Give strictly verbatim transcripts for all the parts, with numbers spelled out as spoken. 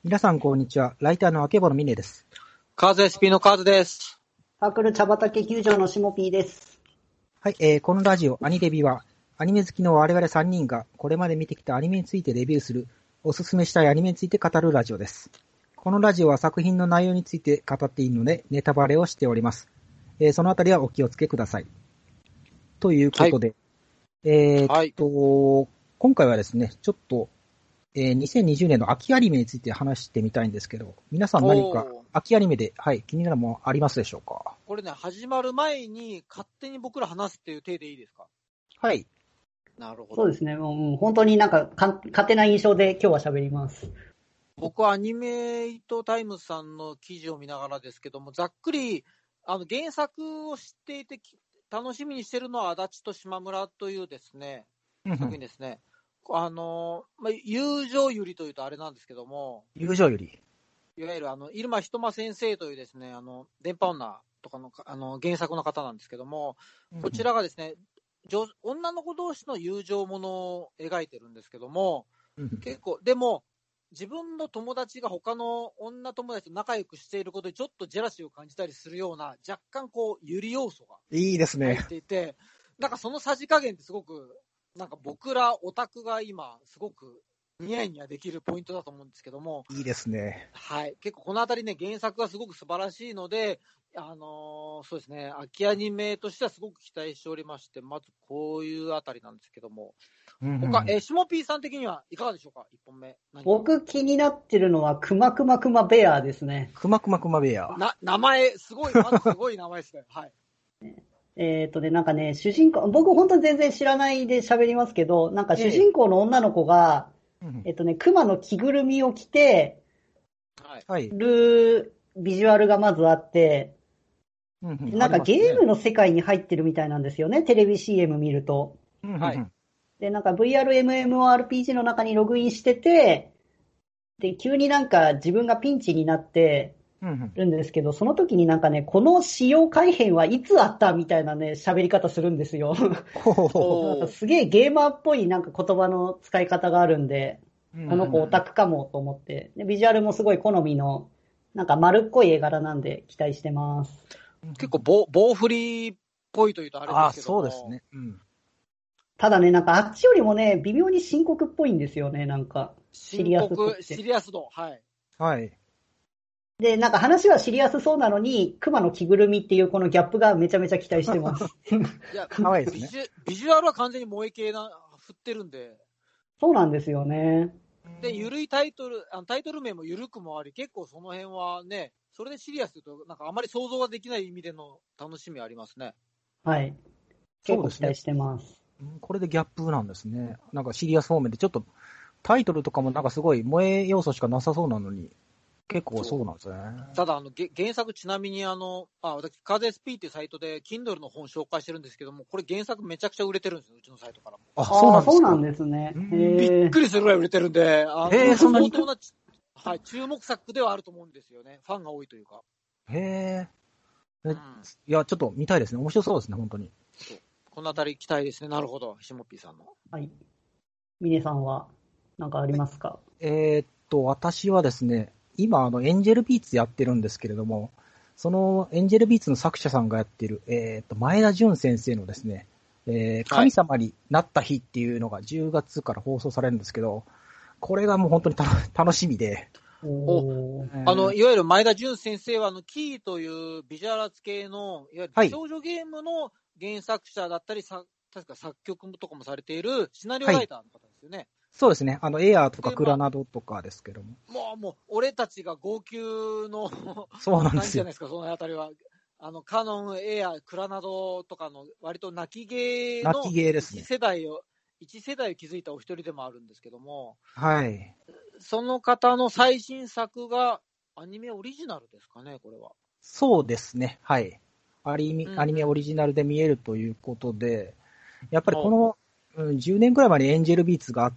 皆さんこんにちは。ライターのあけぼのみねです。 カーズ エスピー のカーズです。 サークル茶畑球場のしもぴーです。 はい、えー、このラジオアニレビはアニメ好きの我々さんにんがこれまで見てきたアニメについてレビューする、おすすめしたいアニメについて語るラジオです。このラジオは作品の内容について語っているのでネタバレをしております。えー、そのあたりはお気をつけください。ということで、はい、えーっと、はい、今回はですね、ちょっとえー、にせんにじゅうねんの秋アニメについて話してみたいんですけど、皆さん何か秋アニメで、はい、気になるものありますでしょうか？ これね、始まる前に勝手に僕ら話すっていう体でいいですか？ はい。 なるほど。そうですね。もう本当になんかか勝手な印象で今日は喋ります。 僕はアニメイトタイムズさんの記事を見ながらですけども、ざっくりあの原作を知っていて楽しみにしてるのは足立と島村というですね、作品ですね。あの、まあ、友情ゆりというとあれなんですけども。 友情ゆり。 いわゆるあの、入間ひとま先生というですね、あの、電波女とかの、あの、原作の方なんですけども、こちらがですね、女女の子同士の友情ものを描いてるんですけども、結構、でも、自分の友達が他の女友達と仲良くしていることにちょっとジェラシーを感じたりするような、若干こう、ゆり要素がいいですね。 入っていて、なんかそのさじ加減ってすごく、なんか僕らオタクが今すごくニヤニヤできるポイントだと思うんですけども。 いいですね。 はい。結構このあたりね、原作がすごく素晴らしいので、あのー、そうですね、秋アニメとしてはすごく期待しておりまして、まずこういうあたりなんですけども。うんうん、他、えー、しもぴーさん的にはいかがでしょうか？いっぽんめ。 僕気になってるのは、くまくまくまベアですね。 くまくまくまベア。 な、名前、すごい、まずすごい名前ですね。はい。 えっとね、なんかね、主人公、僕本当に全然知らないで喋りますけど、なんか主人公の女の子が、えー、えっとね、熊の着ぐるみを着て、はい。るビジュアルがまずあって、うんうん、なんかゲームの世界に入ってるみたいなんですよね、テレビ シーエム 見ると。はい。で、なんか ブイアールエムエムオーアールピージー の中にログインしてて、で、急になんか自分がピンチになって、るんですけど、その時になんかね、この使用改変はいつあったみたいなね、喋り方するんですよ。なんかすげえゲーマーっぽいなんか言葉の使い方があるんで、この子オタクかもと思って、で、ビジュアルもすごい好みの、なんか丸っこい絵柄なんで期待してます。 結構棒、棒振りっぽいというとあれですけども。 あ、そうですね。うん。 ただね、なんかあっちよりもね、微妙に深刻っぽいんですよね、なんか。 シリアスっぽくて。シリアス度、はい。 はい。 で、なんか話はシリアスそうなのに、熊の着ぐるみっていうこのギャップがめちゃめちゃ期待してます。 いや、可愛いですね。ビジュアルは完全に萌え系な、振ってるんで。 そうなんですよね。 で、ゆるいタイトル、あのタイトル名もゆるくもあり、結構その辺はね、それでシリアスというと、なんかあまり想像ができない意味での楽しみありますね。 はい。結構期待してます。 これでギャップなんですね。なんかシリアス方面でちょっとタイトルとかもなんかすごい萌え要素しかなさそうなのに。結構そうなんですね。 ただ、あの、原作ちなみにあの、あ、私、カーズ エスピー っていうサイトで Kindle の本紹介してるんですけども、これ原作めちゃくちゃ売れてるんですよ、うちのサイトからも。 あ、そうなんですか。そうなんですね。 びっくりするぐらい売れてるんで、あの、えー、相当な、はい、注目作ではあると思うんですよね。ファンが多いというか。 へー。うん、いや、ちょっと見たいですね。面白そうですね、本当に。 このあたり期待ですね。なるほど、しもぴーさんの。 はい。ミネさんは何かありますか？ えー、っと、私はですね、今、あの、エンジェルビーツやってるんですけれども、そのエンジェルビーツの作者さんがやってる、えー、っと、前田純先生のですね、えー、神様になった日っていうのがじゅうがつから放送されるんですけど、これがもう本当にた楽しみで。 おえー、あの、いわゆる前田純先生は、あの、キーというビジュアルアーツ系の、いわゆる美少女ゲームの原作者だったり、はい、確か作曲とかもされているシナリオライターの方ですよね。はい、 そうですね。あの、エアーとかクラナドとかですけども。 もう、もう、俺たちが号泣の、 そうなんですよ。 じゃないですか、そのあたりは。あの、カノン、エアー、クラナドとかの、割と泣き芸の一世代を、一世代を築いたお一人でもあるんですけども。 はい。 その方の最新作が、アニメオリジナルですかね、これは。 そうですね。はい。アニメ、うん、アニメオリジナルで見えるということで、やっぱりこの、うん、じゅうねんくらい前にエンジェルビーツがあって、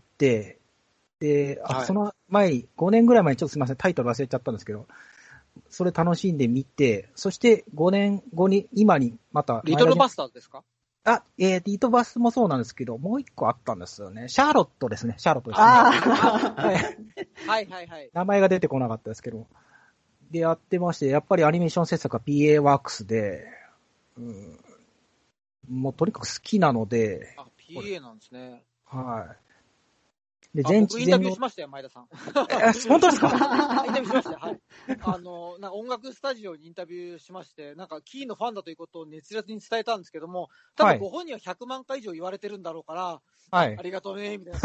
で、あ、はい、その前に、ごねんぐらい前にちょっとすみません、タイトル忘れちゃったんですけど、それ楽しんでみて、そしてごねんごに、今にまた。 リトルバスターズですか？ あ、えー、イートバスもそうなんですけど、もう一個あったんですよね。シャーロットですね。シャーロットですね。あはいはいはいはい。 名前が出てこなかったですけど。で、やってまして、やっぱりアニメーション制作は ピーエー ワークスで、うん、もうとにかく好きなので。 あ、ピーエー なんですね。 はい。 で、全僕インタビューしましたよ、前田さん。 え、本当ですか？ インタビューしましたよ、はい。あの、なんか音楽スタジオにインタビューしまして、なんかキーのファンだということを熱烈に伝えたんですけども、多分ご本人はひゃくまんかい以上言われてるんだろうから、はい、ありがとうね、みたいな。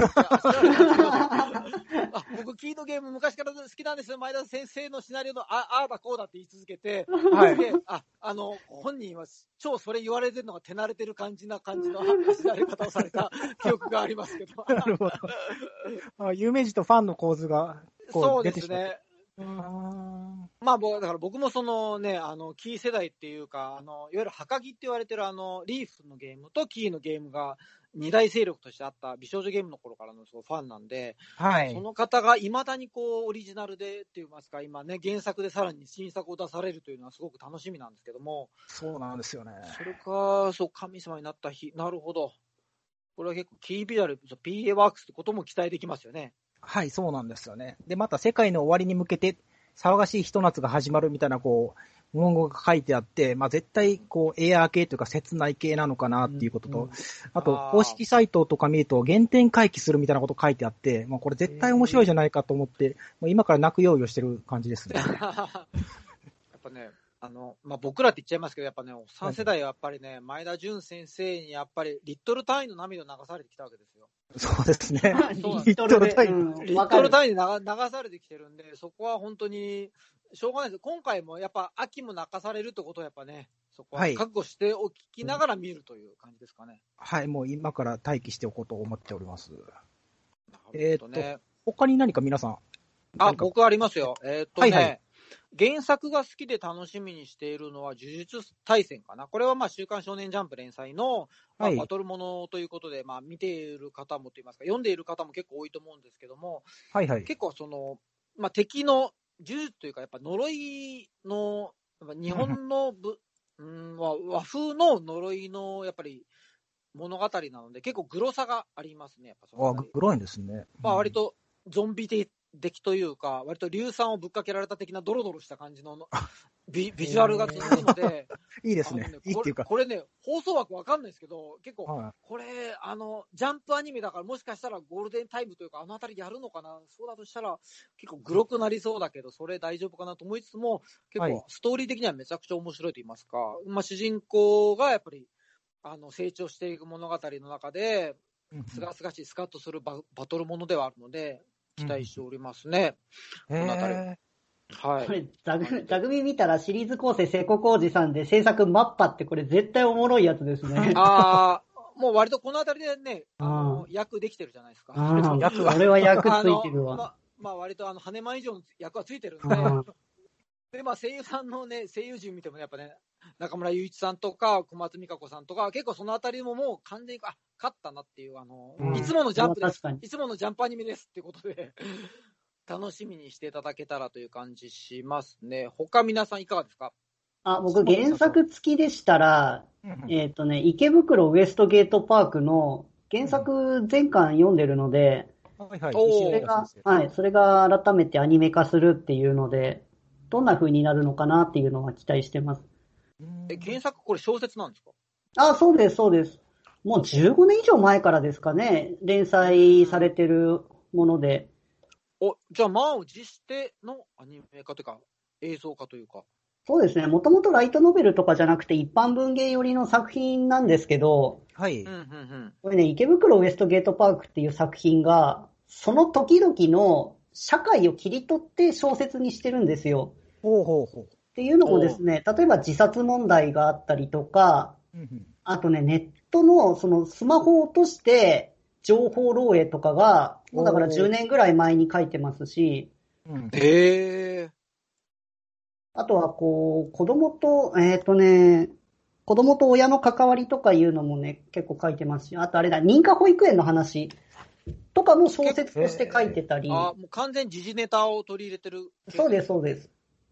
あ、僕、キーのゲーム昔から好きなんですよ、前田先生のシナリオのああだこうだって言い続けて、はい、で、あ、あの、本人は超それ言われてるのが手慣れてる感じな感じの走られ方をされた記憶がありますけど。 なるほど。あ、有名人とファンの構図がこう出てきた。そうですね。 うーんまあ、だから僕もそのね、あの、キー世代っていうか、あの、いわゆるハカギって言われてるあの、リーフのゲームとキーのゲームが二大勢力としてあった美少女ゲームの頃からのファンなんで、はい。その方が未だにこう、オリジナルでって言いますか、今ね、原作でさらに新作を出されるというのはすごく楽しみなんですけども。 そうなんですよね。 それか、そう、神様になった日、なるほど。これは結構キービジュアル、ピーエー ワークスってことも期待できますよね。 はい、そうなんですよね。で、また世界の終わりに向けて、騒がしいひと夏が始まるみたいな、こう、文言が書いてあって、まあ絶対、こう、エアー系というか切ない系なのかなっていうことと、うんうん、あと、公式サイトとか見ると、原点回帰するみたいなこと書いてあって、まあこれ絶対面白いじゃないかと思って、もう今から泣く用意をしてる感じですね。 やっぱね、あの、まあ、僕らって言っちゃいますけど、やっぱね、おっさん世代はやっぱりね、前田純先生にやっぱりリットル単位の涙を流されてきたわけですよ。 そうですね。 リットル単位、うん、リットル単位で流されてきてるんで、そこは本当に、しょうがないです。今回もやっぱ秋も泣かされるってことはやっぱね、そこは覚悟しておきながら見るという感じですかね。 はい、はい、もう今から待機しておこうと思っております。えー、っと、他に何か皆さん。 あ、僕ありますよ。えー、っとね、はいはい、原作が好きで楽しみにしているのは呪術廻戦かな。これはまあ週刊少年ジャンプ連載の、まあ、バトルものということで、はい、まあ見ている方もといいますか、読んでいる方も結構多いと思うんですけども、はいはい、結構その、まあ敵の呪術というか、やっぱ呪いの、やっぱ日本のぶ、うん、和風の呪いのやっぱり物語なので、結構グロさがありますね。やっぱそのあ、グロいんですね。 まあ割とゾンビ的出来というか、割と硫酸をぶっかけられた的なドロドロした感じのビ, ビジュアルが続くので、 いいですね。 ねいいっていうか。 これね、放送枠わかんないですけど、結構、はい、これ、あの、ジャンプアニメだからもしかしたらゴールデンタイムというか、あのあたりでやるのかな、そうだとしたら、結構グロくなりそうだけど、それ大丈夫かなと思いつつも、結構ストーリー的にはめちゃくちゃ面白いと言いますか、はい、まあ主人公がやっぱり、あの、成長していく物語の中で、すがすがしいスカッとする バ, バトルものではあるので、期待しておりますね。 うん、このあたり。 はい。これ、座組、座組見たらシリーズ構成、聖子浩二さんで制作マッパってこれ絶対おもろいやつですね。 ああ、もう割とこのあたりでね、あの、役できてるじゃないですか。 あ役は。俺は役ついてるわ。 ま、まあ割とあの、羽間以上の役はついてるんで。で、まあ声優さんのね、声優陣見てもやっぱね、中村雄一さんとか小松美香子さんとか、結構そのあたりももう完全に、あ、勝ったなっていう、あの、うん、いつものジャンプです。いつものジャンプアニメですっていうことで、楽しみにしていただけたらという感じしますね。他皆さんいかがですか？ あ、僕原作付きでしたら、えっとね、池袋ウエストゲートパークの原作全巻読んでるので、はいはい、それが、はい、それが改めてアニメ化するっていうので、どんな風になるのかなっていうのは期待してます。 え、原作これ小説なんですか？ あ、そうです、そうです。もうじゅうごねん以上前からですかね、連載されてるもので。 お、じゃあ満を持してのアニメ化というか、映像化というか。 そうですね。もともとライトノベルとかじゃなくて一般文芸寄りの作品なんですけど、はい。これね、池袋ウエストゲートパークっていう作品が、その時々の社会を切り取って小説にしてるんですよ。 ほうほうほう。 っていうのもですね、例えば自殺問題があったりとか、あとね、ネットのそのスマホを落として情報漏洩とかが、もうだからじゅうねんぐらい前に書いてますし、 へー。 あとはこう、子供と、えっとね、子供と親の関わりとかいうのもね、結構書いてますし、あとあれだ、認可保育園の話とかも小説として書いてたり。 あ、もう完全時事ネタを取り入れてる。 そうです、そうです。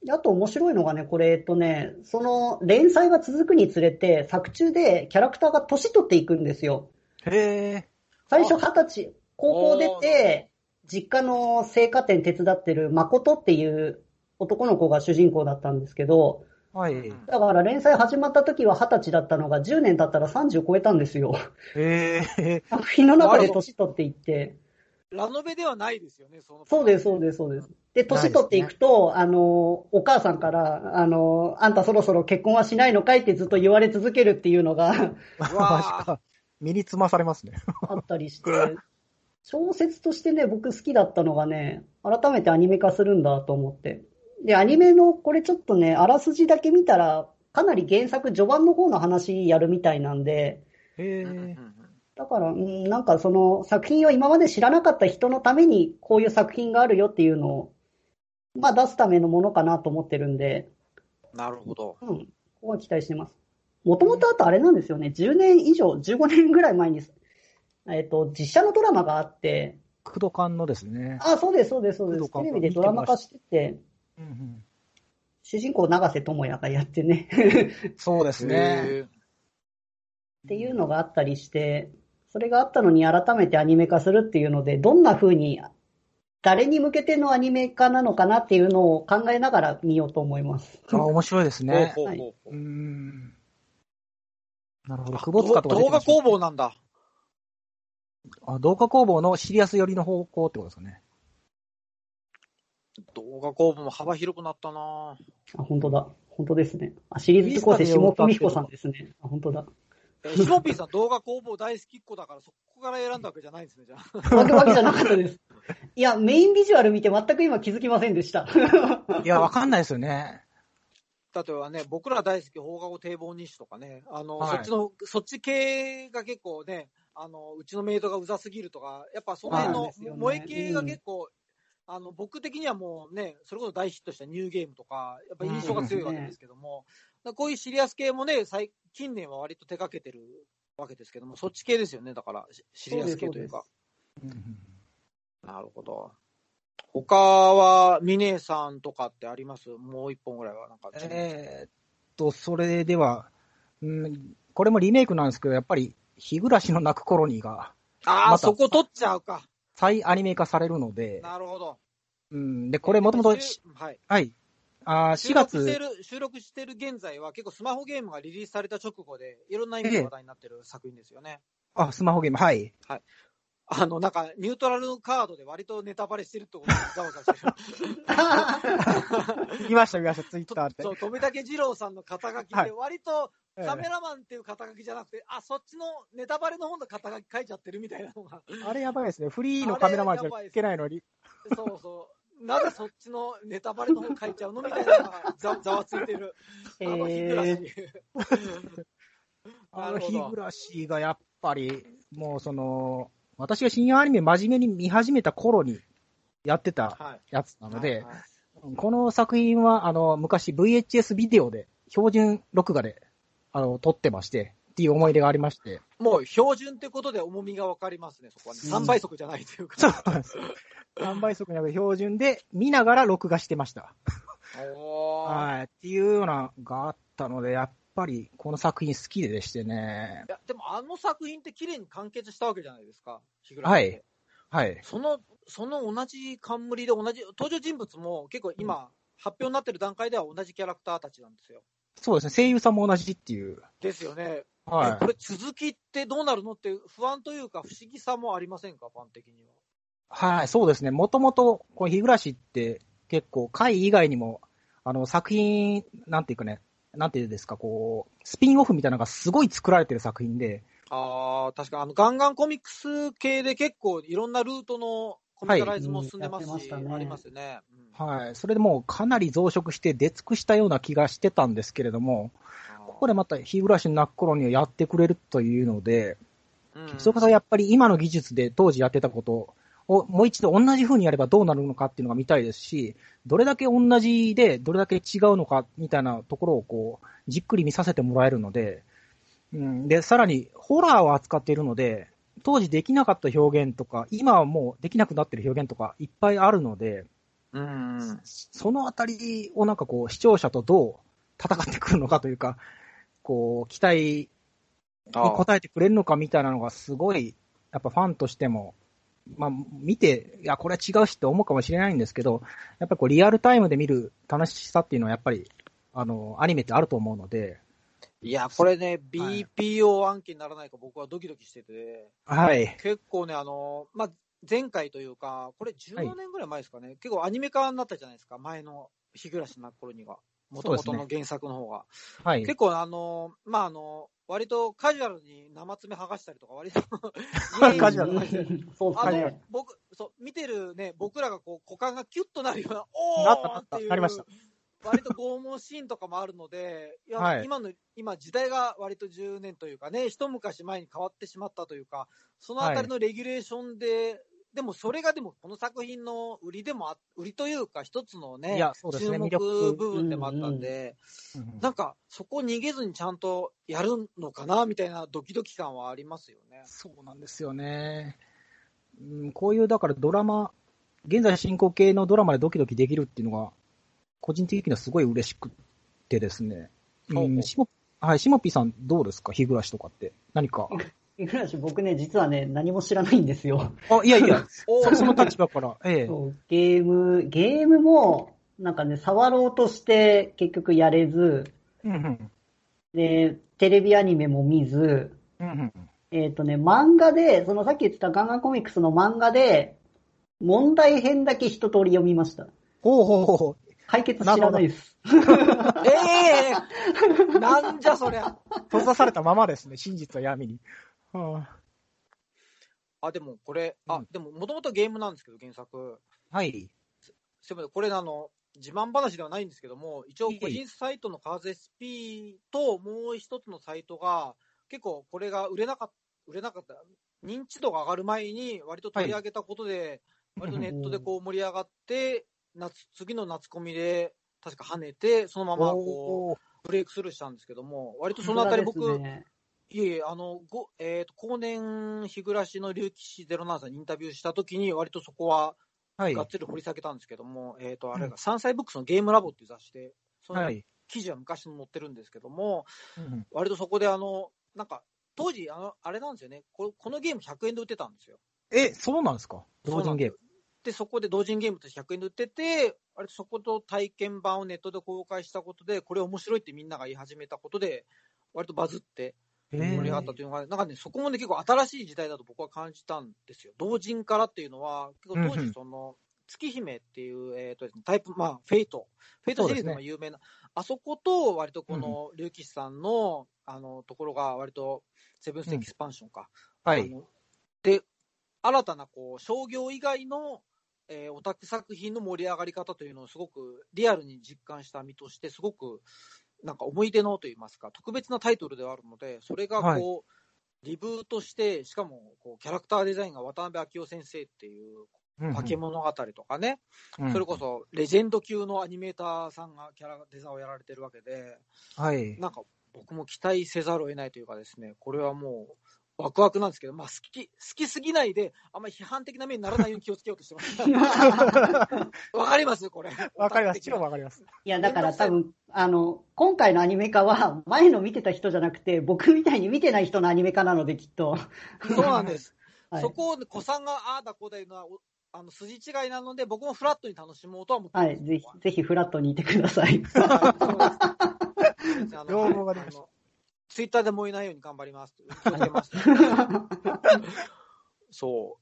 あと面白いのがね、これ、えっとね、その連載が続くにつれて、作中でキャラクターが年取っていくんですよ。 へー。 最初二十歳、高校出て、実家の青果店手伝ってる誠っていう男の子が主人公だったんですけど、 はい。 だから連載始まった時は二十歳だったのがじゅうねん経ったらさんじゅう超えたんですよ。 へー。 作品の中で年取っていって。 ラノベではないですよね、その。 そうです、そうです、そうです。で、年取っていくと、ね、あの、お母さんから、あの、あんたそろそろ結婚はしないのかいってずっと言われ続けるっていうのが、 わ身につまされますね。 あったりして、小説としてね、僕好きだったのがね、改めてアニメ化するんだと思って。で、アニメのこれちょっとね、あらすじだけ見たら、かなり原作序盤の方の話やるみたいなんで、 へー。 だから、うん、なんかその作品を今まで知らなかった人のためにこういう作品があるよっていうのを、まあ出すためのものかなと思ってるんで。 なるほど。 うん。ここは期待してます。もともとあとあれなんですよね。じゅうねん以上、じゅうごねんぐらい前に、えっと、実写のドラマがあって。 クドカンのですね。 あ、そうです、そうです、そうです。テレビでドラマ化してて。うんうん、主人公長瀬智也がやってね。 そうですね。 っていうのがあったりして、それがあったのに改めてアニメ化するっていうので、どんな風に、誰に向けてのアニメ化なのかなっていうのを考えながら見ようと思います。 あ、面白いですね。 ほうほうほうほう。 うーん。なるほど。 久保塚とか動画工房なんだ。 あ、動画工房のシリアス寄りの方向ってことですかね。 動画工房も幅広くなったなあ、本当だ。本当ですね。あ、シリーズ構成、下文彦さんですね。あ、本当だ。 シモピーさん動画工房大好きっ子だからそこから選んだわけじゃないんですね、じゃあ。 わけわけじゃなかったです。いや、メインビジュアル見て全く今気づきませんでした。 いや、わかんないですよね。 例えばね、僕ら大好き放課後堤防日誌とかね、あの、はい、そっちの、そっち系が結構ね、あの、うちのメイドがうざすぎるとか、やっぱその辺の萌え系が結構、うん、あの、僕的にはもうね、それこそ大ヒットしたニューゲームとか、やっぱ印象が強いわけですけども、うんね、こういうシリアス系もね、最近年は割と手掛けてるわけですけども、そっち系ですよね、だから、シリアス系というか。 そうです、そうです。 なるほど。他は、ミネさんとかってあります？もう一本ぐらいはなんか。 えー、っと、それでは、うん、これもリメイクなんですけど、やっぱり、日暮らしの泣くコロニーが。 ああ、ま、そこ取っちゃうか。 再アニメ化されるので。 なるほど。 うん、で、これもともと、はい。はい。あしがつ。 収録してる、収録してる現在は結構スマホゲームがリリースされた直後で、いろんな意味で話題になってる作品ですよね。 えー、あ、スマホゲーム、はい。 はい。あの、なんか、ニュートラルカードで割とネタバレしてるってことで、ざわざわしてる。見ました、見ました、ツイッターって。 そう、富武二郎さんの肩書きで、割と、カメラマンっていう肩書きじゃなくて、えー、あ、そっちのネタバレの方の肩書き書いちゃってるみたいなのが。 あれやばいですね。フリーのカメラマンじゃいけないのに。 そうそう。なぜそっちのネタバレの方書いちゃうのみたいなのがざ, ざわついてる。あの日暮らし。 あの日暮らしがやっぱり、もうその、私が深夜アニメ真面目に見始めた頃にやってたやつなので、はいはいはい、この作品はあの昔 ブイエイチエス ビデオで標準録画であの撮ってましてっていう思い出がありまして。 もう標準ってことで重みがわかりますね、そこはね。さんばい速じゃないというか。 そうなんです。さんばい速じゃなくて標準で見ながら録画してました。はい。っていうようながあったので、やっぱりこの作品好きでしてね。 いや、でもあの作品って綺麗に完結したわけじゃないですか。 はい。はい。 その、その同じ冠で同じ、登場人物も結構今、うん、発表になってる段階では同じキャラクターたちなんですよ。 そうですね。声優さんも同じっていう。 ですよね。 はい。 これ続きってどうなるのって不安というか不思議さもありませんか、ファン的には。 はい、そうですね。もともと、この日暮らしって結構回以外にも、あの作品、なんていうかね、なんていうんですか、こう、スピンオフみたいなのがすごい作られてる作品で。 ああ、確かあの、ガンガンコミックス系で結構いろんなルートのコミカライズも進んでますし、はい、ね、ありますよね、 うん。はい。それでもうかなり増殖して出尽くしたような気がしてたんですけれども、ここでまた日暮らしの泣く頃にはやってくれるというので、うん、それこそやっぱり今の技術で当時やってたことをもう一度同じ風にやればどうなるのかっていうのが見たいですし、どれだけ同じでどれだけ違うのかみたいなところをこうじっくり見させてもらえるので、うん、で、さらにホラーを扱っているので、当時できなかった表現とか、今はもうできなくなっている表現とかいっぱいあるので、 うん。 そのあたりをなんかこう、視聴者とどう戦ってくるのかというか、こう、期待に応えてくれるのかみたいなのがすごい、やっぱファンとしても、まあ、見て、いや、これは違うしって思うかもしれないんですけど、やっぱりこう、リアルタイムで見る楽しさっていうのはやっぱり、あの、アニメってあると思うので。 いや、これね、ビーピーオー 案件にならないか僕はドキドキしてて。 はい。 結構ね、あの、まあ、前回というか、これじゅうねんぐらい前ですかね、はい、結構アニメ化になったじゃないですか、前の日暮らしの頃には。元々の原作の方が。ね、はい。結構あの、まあ、あの、割とカジュアルに生爪剥がしたりとか、割とカジュアル。そうですね。 僕、そう、見てるね、僕らがこう、股間がキュッとなるような、おーっていう。 なりました。 割と拷問シーンとかもあるので、いや、はい、今の、今時代が割とじゅうねんというかね、一昔前に変わってしまったというか、そのあたりのレギュレーションで、はい、でもそれがでもこの作品の売りでもあ、売りというか一つのね、 ね注目部分でもあったんで、うんうん、なんかそこ逃げずにちゃんとやるのかな、みたいなドキドキ感はありますよね。 そうなんですよね。うん、こういう、だからドラマ、現在進行形のドラマでドキドキできるっていうのが、個人的にはすごい嬉しくてですね。うん、しも、はい、しもぴーさんどうですか？日暮らしとかって。何か。 日暮らし僕ね、実はね、何も知らないんですよ。 あ、いやいや、そ, その立場から。ええ、 そうゲーム、ゲームも、なんかね、触ろうとして結局やれず、 うんうん、 で、テレビアニメも見ず、 うんうん、 えっとね、漫画で、そのさっき言ってたガンガンコミックスの漫画で、問題編だけ一通り読みました。 ほうほうほう。 解決知らないです。 ええー、なんじゃそりゃ。 閉ざされたままですね、真実は闇に。 はあ、あ、でもこれ、あ、でももともとゲームなんですけど、原作。 はい。 すみません、これあの、自慢話ではないんですけども、一応個人サイトのカーズ エスピー ともう一つのサイトが、結構これが売れなかった、売れなかった、認知度が上がる前に割と取り上げたことで、はい、割とネットでこう盛り上がって、夏、次の夏コミで確か跳ねて、そのままこう、ブレイクスルーしたんですけども、割とそのあたり僕、ね、いえいえ、あの、ご、えっと、後年日暮らしの竜騎士ゼロななさんにインタビューしたときに、割とそこは、がっつり掘り下げたんですけども、はい、えっと、あれが、サンサイブックスのゲームラボっていう雑誌で、その記事は昔の載ってるんですけども、はい、割とそこであの、なんか、当時、あの、あれなんですよね、こ、このゲームひゃくえんで売ってたんですよ。 え、そうなんですか？同人ゲーム。 で、そこで同人ゲームとしてひゃくえんで売ってて、あれそこと体験版をネットで公開したことで、これ面白いってみんなが言い始めたことで、割とバズって盛り上がったというのが、なんかね、そこもね、結構新しい時代だと僕は感じたんですよ。同人からっていうのは、結構当時その、月姫っていう、えっとですね、タイプ、まあ、フェイト。フェイトシリーズでも有名な、ね、あそこと割とこの、竜騎士さんの、あの、ところが割と、セブンスエキスパンションか。 うん、はい。 で、新たなこう、商業以外の、えー、オタク作品の盛り上がり方というのをすごくリアルに実感した身として、すごくなんか思い出のといいますか、特別なタイトルではあるので、それがこう、はい、リブートして、しかもこうキャラクターデザインが渡辺明夫先生っていう化け物語とかね、うんうん、それこそレジェンド級のアニメーターさんがキャラデザをやられてるわけで、 はい、 なんか僕も期待せざるを得ないというかですね、これはもう、ワクワクなんですけど、まあ、好き、好きすぎないで、あんまり批判的な目にならないように気をつけようとしてます。わかりますこれ。 わかります。わかります。 いや、だから多分、あの、今回のアニメ化は、前の見てた人じゃなくて、僕みたいに見てない人のアニメ化なので、きっと。 そうなんです。はい、そこを、子さんがああだこうだいうのは、あの、筋違いなので、僕もフラットに楽しもうとは思ってます。 はい、ぜひ、ぜひフラットにいてください。 どうもがりました。 ツイッターで燃えないように頑張ります。気をつけます。そう。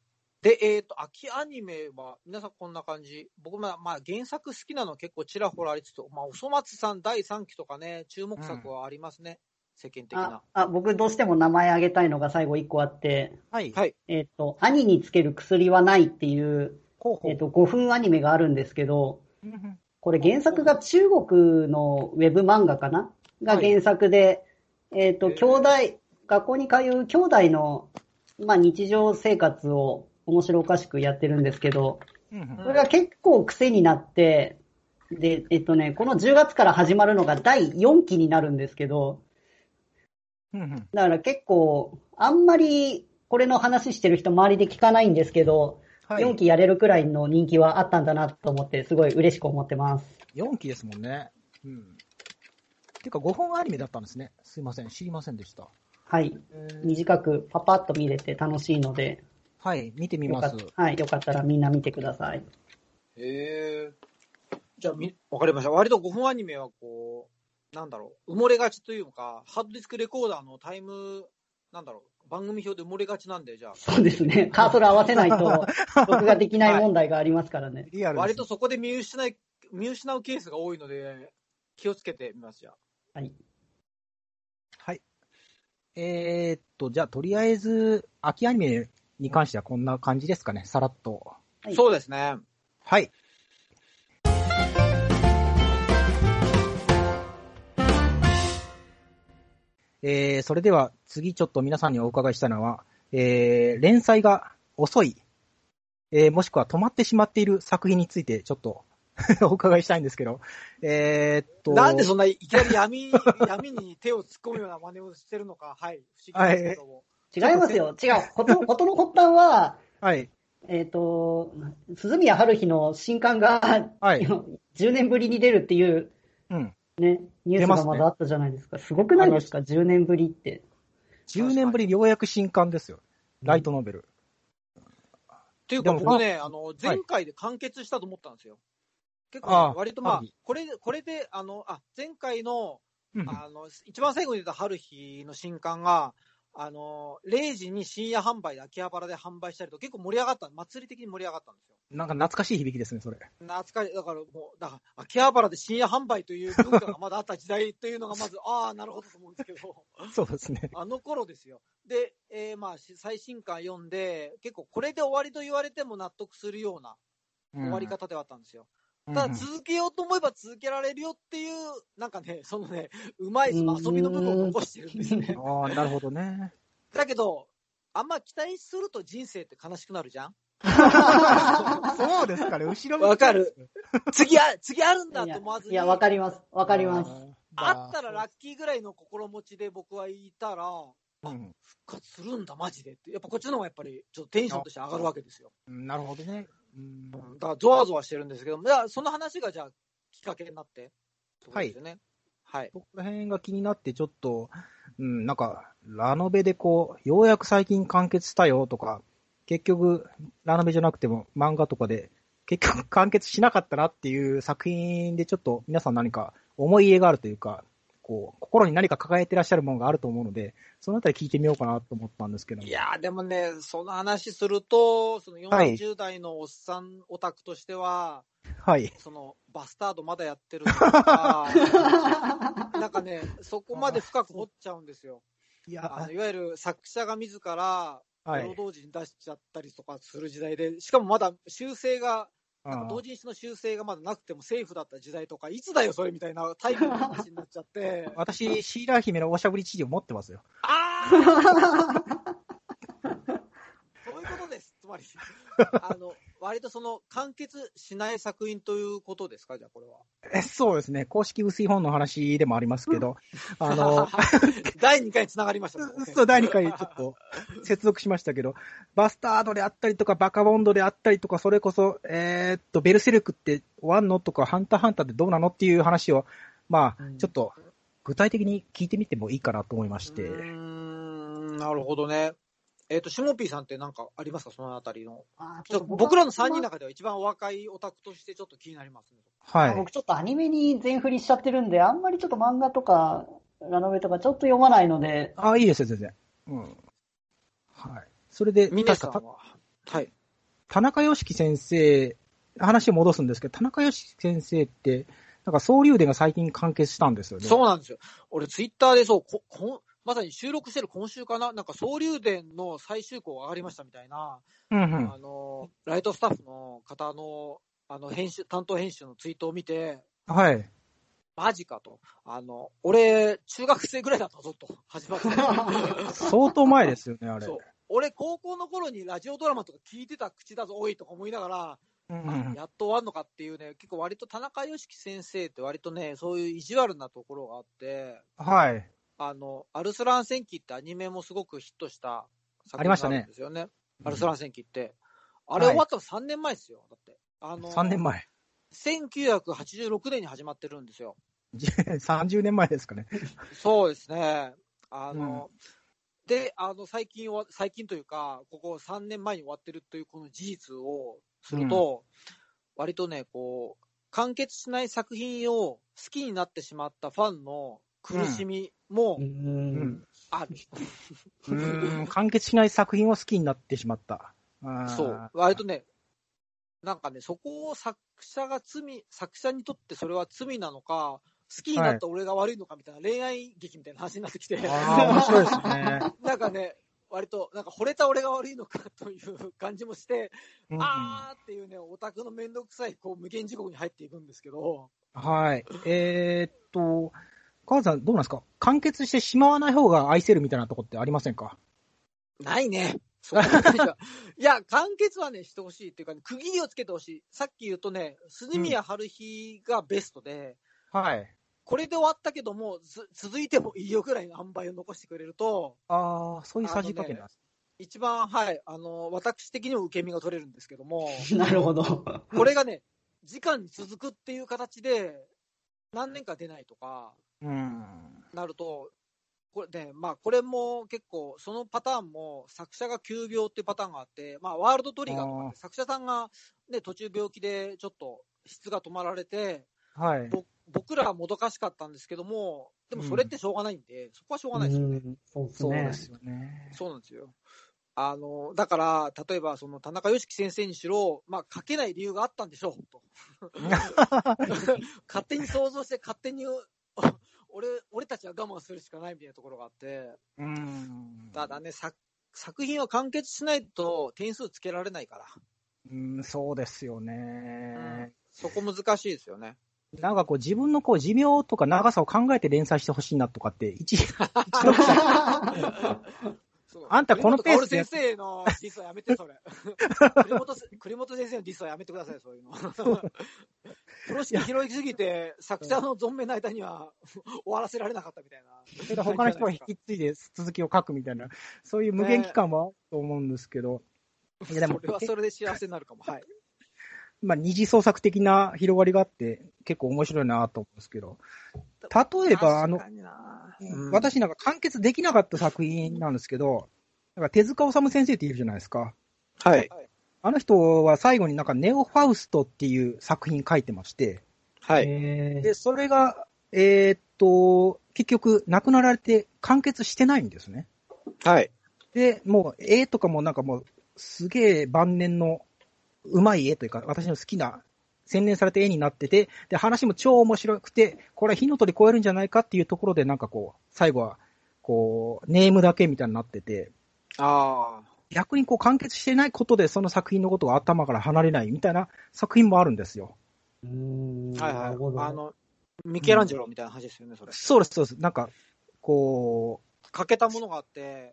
で、えっと、秋アニメは、皆さんこんな感じ。僕も、まあ、原作好きなの結構ちらほらありつつ、まあ、おそ松さんだいさんきとかね、注目作はありますね。うん、世間的な。 あ、あ、僕どうしても名前挙げたいのが最後いっこあって、 はい。 えっと、兄につける薬はないっていう、 ほうほう、 えっと、ごふんアニメがあるんですけど、これ原作が中国のウェブ漫画かなが原作で、はいえっと、兄弟、学校に通う兄弟の、まあ、日常生活を面白おかしくやってるんですけど、それが結構癖になって、で、えっとね、このじゅうがつから始まるのがだいよんきになるんですけど、だから結構、あんまりこれの話してる人周りで聞かないんですけど、 はい、よんきやれるくらいの人気はあったんだなと思って、すごい嬉しく思ってます。 よんきですもんね。うん。てかごほんアニメだったんですね。すいません、知りませんでした。 はい。短くパパッと見れて楽しいので。 はい、見てみます。 はい、よかったらみんな見てください。 へー。じゃあ、み、わかりました。割とごほんアニメはこう、なんだろう、埋もれがちというか、ハードディスクレコーダーのタイム、なんだろう、番組表で埋もれがちなんで、じゃあ。 そうですね。カーソル合わせないと、録画できない問題がありますからね。 リアルです。 割とそこで見失い、見失うケースが多いので、気をつけてみます、じゃあ。 はい。 はい。えー、っと、じゃあ、とりあえず、秋アニメに関してはこんな感じですかね、さらっと。 はい、そうですね。 はい。えー、それでは次ちょっと皆さんにお伺いしたのは、えー、連載が遅い、えー、もしくは止まってしまっている作品についてちょっとお伺いしたいんですけど、えー、っと。 なんでそんないきなり闇、闇に手を突っ込むような真似をしてるのか、はい、不思議ですけども。 はい、違いますよ。違う。ことの、ことの発端は、 はい。 えっ、ー、と、鈴宮春日の新刊が、はい、じゅうねんぶりに出るっていう、うん。ね、ニュースがまだあったじゃないですか。すごくないですか ?じゅう 年ぶりって。 じゅうねんぶりようやく新刊ですよ。ライトノベル。 っていうか僕ね、あの、前回で完結したと思ったんですよ。結構、ね、割とまあ、これ、これで、あの、あ、前回の、あの、一番最後に出た春日の新刊が、あの、れいじに深夜販売で秋葉原で販売したりと結構盛り上がった、祭り的に盛り上がったんですよ。 なんか懐かしい響きですね、それ。 懐かしい。だからもう、だから秋葉原で深夜販売という文化がまだあった時代というのがまず、ああ、なるほどと思うんですけど。 そうですね。 あの頃ですよ。で、えー、まあ、最新刊読んで、結構これで終わりと言われても納得するような終わり方ではあったんですよ。うん、ただ続けようと思えば続けられるよっていう、なんかね、そのね、うまいその遊びの部分を残してるんですね。 ああ、なるほどね。 だけど、あんま期待すると人生って悲しくなるじゃんそうですかね、後ろわかる。次あ、次あるんだと思わずに。 いや、わかります。わかります。 あったらラッキーぐらいの心持ちで僕は言ったら、うん、復活するんだ、マジでって。やっぱこっちの方がやっぱり、ちょっとテンションとして上がるわけですよ。 なるほどね。 うん、だからゾワゾワしてるんですけど、いやその話がじゃあきっかけになって、そうですよね。はい。 そこら辺が気になってちょっと、うん、なんか、ラノベでこう、ようやく最近完結したよとか、結局、ラノベじゃなくても漫画とかで、結局完結しなかったなっていう作品でちょっと皆さん何か思い入れがあるというか、こう、心に何か抱えてらっしゃるものがあると思うので、そのあたり聞いてみようかなと思ったんですけども。 いやーでもね、その話すると、そのよんじゅう代のおっさんオタクとしては、 はい。 その、バスタードまだやってるとか、なんかね、そこまで深く掘っちゃうんですよ。いや、あのいわゆる作者が自ら、労働時に出しちゃったりとかする時代で、しかもまだ修正が、なんか同人誌の修正がまだなくてもセーフだった時代とか、いつだよそれみたいなタイプの話になっちゃって。 私、シーラー姫のおしゃぶり地理を持ってますよ。 ああそういうことです。つまり、あの、割とその完結しない作品ということですか、じゃあこれは。 えそうですね。公式薄い本の話でもありますけど、 あの、だいにかいに繋がりましたね。 そう、だいにかいちょっと接続しましたけど、バスタードであったりとか、バカボンドであったりとか、それこそ、えー、っと、ベルセルクって終わんのとか、ハンターハンターってどうなのっていう話を、まあ、うん、ちょっと具体的に聞いてみてもいいかなと思いまして。うーん、なるほどね。えっ、ー、と、シモピーさんって何かありますか、そのあたりの。あちょっと僕らのさんにんの中では一番お若いオタクとしてちょっと気になりますね。 はい。僕ちょっとアニメに全振りしちゃってるんで、あんまりちょっと漫画とか、ラノベとかちょっと読まないので。 ああ、いいですよ、全然。うん。はい。それで、 ミネさんは、はい。 田中良樹先生、話を戻すんですけど、田中良樹先生って、なんか、総流伝が最近完結したんですよね。 そうなんですよ。俺、ツイッターでそう、こ、こまさに収録してる今週かな、なんか総流伝の最終稿上がりましたみたいな、 うんうん、 あの、ライトスタッフの方の、あの、編集、担当編集のツイートを見て、 はい。 マジかと。あの、俺、中学生ぐらいだったぞと、始まって。 相当前ですよね、あれ。そう。 俺、高校の頃にラジオドラマとか聞いてた口だぞ、おいとか思いながら、 うんうん、 やっと終わるのかっていうね、結構割と田中良樹先生って割とね、そういう意地悪なところがあって、 はい。 あの、アルスラン戦記ってアニメもすごくヒットした作品があるんですよね。ねアルスラン戦記って。 あれ終わったのさんねんまえですよ。だって。あのー、 さんねんまえ。 せんきゅうひゃくはちじゅうろくねんに始まってるんですよ。 さんじゅうねんまえですかね。 そうですね。あの、うん、で、あの、最近は、最近というか、ここさんねんまえに終わってるというこの事実をすると、うん、割とね、こう、完結しない作品を好きになってしまったファンの苦しみもある。 うん、うん完結しない作品を好きになってしまった。 そう。割とね、なんかね、そこを作者が罪、作者にとってそれは罪なのか、好きになった俺が悪いのかみたいな、はい、恋愛劇みたいな話になってきて。 ああ、面白いですね。 なんかね、割と、なんか惚れた俺が悪いのかという感じもして、うん、あーっていうね、オタクのめんどくさい、こう、無限地獄に入っていくんですけど。 はい。えー、っと、川さん、どうなんですか？完結してしまわない方が愛せるみたいなとこってありませんか？ ないね。そういや、完結はね、してほしいっていうか、ね、区切りをつけてほしい。さっき言うとね、鈴宮春日がベストで、 うん、はい。 これで終わったけども、続いてもいいよぐらいの塩梅を残してくれると、 ああ、そういうさじ加減なんです、ね。 一番、はい、あの、私的にも受け身が取れるんですけども、 なるほど。 これがね、時間に続くっていう形で、何年か出ないとか、 うん、 なると、これね、まあ、これも結構、そのパターンも作者が急病っていうパターンがあって、まあ、ワールドトリガーとかって作者さんが、ね、途中病気でちょっと質が止まられて、 はい、 僕らはもどかしかったんですけども、でもそれってしょうがないんで、うん、そこはしょうがないですよね。 うん、そうですよね。 そうなんですよ。あの、だから、例えば、その、田中良樹先生にしろ、まあ、書けない理由があったんでしょう、と。勝手に想像して、勝手に、俺、俺たちは我慢するしかないみたいなところがあって。 うん。 ただね、作、作品は完結しないと点数つけられないから。 うん、そうですよね、 うん。そこ難しいですよね。 なんかこう自分のこう寿命とか長さを考えて連載してほしいなとかって一、一度あんたこのペースで。先生のディスはやめて、それ。栗本、栗本先生のディスはやめてください、そういうの。風呂敷広いすぎて、作者の存命の間には終わらせられなかったみたいな。 他の人が引き継いで続きを書くみたいな、そういう無限期間はあると思うんですけど。 いやでもそれはそれで幸せになるかも。はい。 まあ、二次創作的な広がりがあって、結構面白いなと思うんですけど。例えば、あの、うん、私なんか完結できなかった作品なんですけど、なんか手塚治虫先生っているじゃないですか。 はい。 あの人は最後になんかネオファウストっていう作品書いてまして、 はい。 で、それが、えー、っと、結局亡くなられて完結してないんですね。 はい。 で、もう絵とかもなんかもうすげえ晩年のうまい絵というか、私の好きな洗練された絵になってて、で、話も超面白くて、これは火の鳥超えるんじゃないかっていうところでなんかこう、最後は、こう、ネームだけみたいになってて、 ああ。 逆にこう完結してないことでその作品のことが頭から離れないみたいな作品もあるんですよ。 うーん。 はいはい。あの、ミケランジェロみたいな話ですよね、それ。 そうです、そうです。なんか、こう、欠けたものがあって、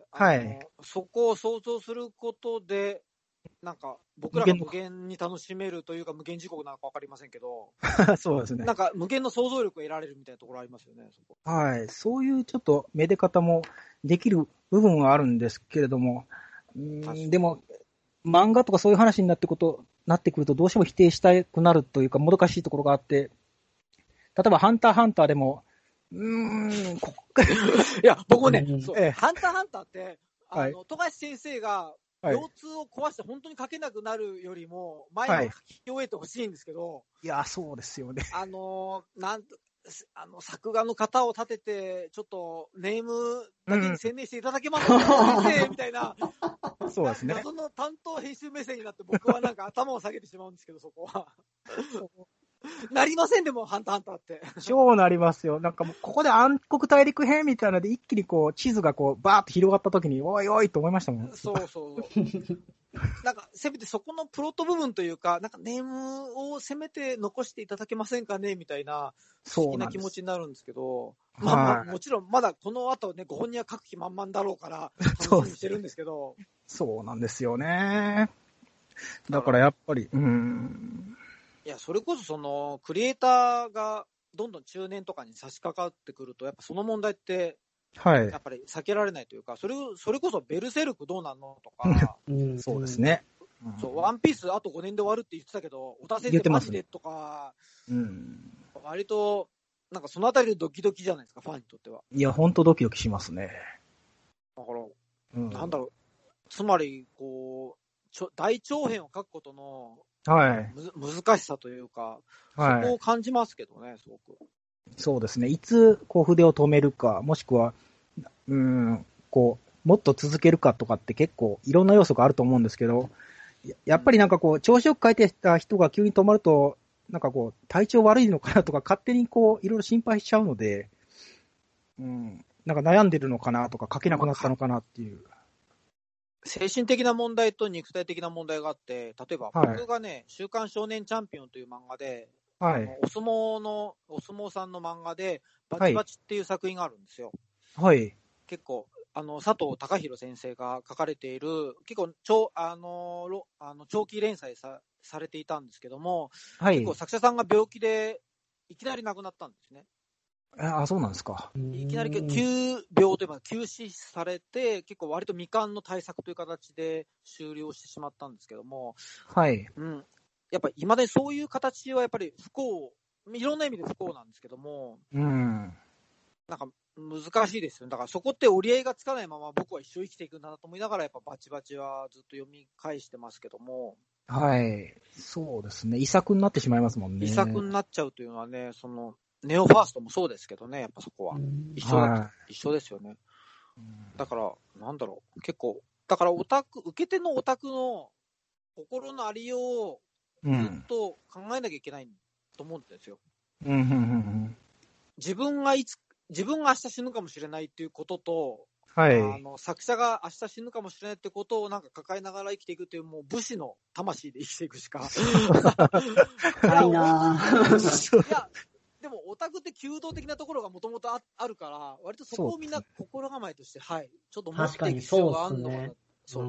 はい。 そこを想像することで、なんか、僕らが無限に楽しめるというか、無限時刻なのか分かりませんけど、 そうですね。 なんか、無限の想像力を得られるみたいなところありますよね、そこ。 はい。そういうちょっと、めで方もできる部分はあるんですけれども、うんでも、漫画とかそういう話になってこと、なってくると、どうしても否定したくなるというか、もどかしいところがあって、例えば、ハンターハンターでも、うーん、こいや、僕もね、そう、ええ、ハンターハンターって、あの、 はい、 富樫先生が、腰痛を壊して本当に書けなくなるよりも、前に書き終えてほしいんですけど、はい、 いや、そうですよね。 あの、なんあの、作画の型を立てて、ちょっと、ネームだけに専念していただけますか、うん、先生みたいな。 そうですね。 謎の担当編集目線になって、僕はなんか頭を下げてしまうんですけど、そこは。なりませんでも、ハンターハンターって。 超なりますよ。なんかもう、ここで暗黒大陸編みたいなので、一気にこう、地図がこう、バーッと広がった時に、おいおいと思いましたもん。 そうそう。なんか、せめてそこのプロット部分というか、なんかネームをせめて残していただけませんかねみたいな、不思議な気持ちになるんですけど、まあ、まあ、もちろんまだこの後ね、ご本人は書く気満々だろうから、楽しみにしてるんですけど。 そうなんですよね。だからやっぱり、うーん。 いや、それこそその、クリエイターがどんどん中年とかに差し掛かってくると、やっぱその問題って、 はい。 やっぱり避けられないというか、それを、それこそベルセルクどうなんのとか、 うん、そうですね。 うん、そう、ワンピースあとごねんで終わるって言ってたけど、小田先生マジでとか、うん、割と、なんかそのあたりでドキドキじゃないですか、ファンにとっては。 いや、ほんとドキドキしますね。 だから、うん、なんだろう、つまり、こう、ちょ大長編を書くことの、 はい、 む難しさというか、はい、そこを感じますけどね、すごく。 そうですね。いつ、こう、筆を止めるか、もしくは、うん、こう、もっと続けるかとかって結構いろんな要素があると思うんですけど、やっぱりなんかこう、調子よく書いてた人が急に止まると、なんかこう、体調悪いのかなとか勝手にこう、いろいろ心配しちゃうので、うん、なんか悩んでるのかなとか書けなくなったのかなっていう。 精神的な問題と肉体的な問題があって、例えば僕がね、はい、週刊少年チャンピオンという漫画で、はい、お相撲の、お相撲さんの漫画で、バチバチっていう作品があるんですよ。はい。結構、あの、佐藤孝弘先生が書かれている、結構、長、あの、あの長期連載さ、されていたんですけども、はい、結構作者さんが病気で、いきなり亡くなったんですね。 あ、そうなんですか。 いきなり急病というか休止されて、結構割と未完の対策という形で終了してしまったんですけども、はい。うん。やっぱり今でそういう形はやっぱり不幸、いろんな意味で不幸なんですけども、うん。なんか難しいですよ。だからそこって折り合いがつかないまま僕は一生生きていくんだなと思いながら、やっぱバチバチはずっと読み返してますけども。 はい。そうですね。遺作になってしまいますもんね。 遺作になっちゃうというのはね、その、ネオファーストもそうですけどね、やっぱそこは。一緒だ、はい、一緒ですよね。だから、なんだろう、結構、だからオタク、受け手のオタクの心のありようをずっと考えなきゃいけないと思うんですよ。うん、自分がいつ、自分が明日死ぬかもしれないっていうことと、はい、あの作者が明日死ぬかもしれないってことをなんか抱えながら生きていくっていう、もう武士の魂で生きていくしか。 ないなぁ。 いやでもオタクって求道的なところがもともとあるから、割とそこをみんな心構えとして、はい、ちょっと持っていく必要があるのかな。そう、うん、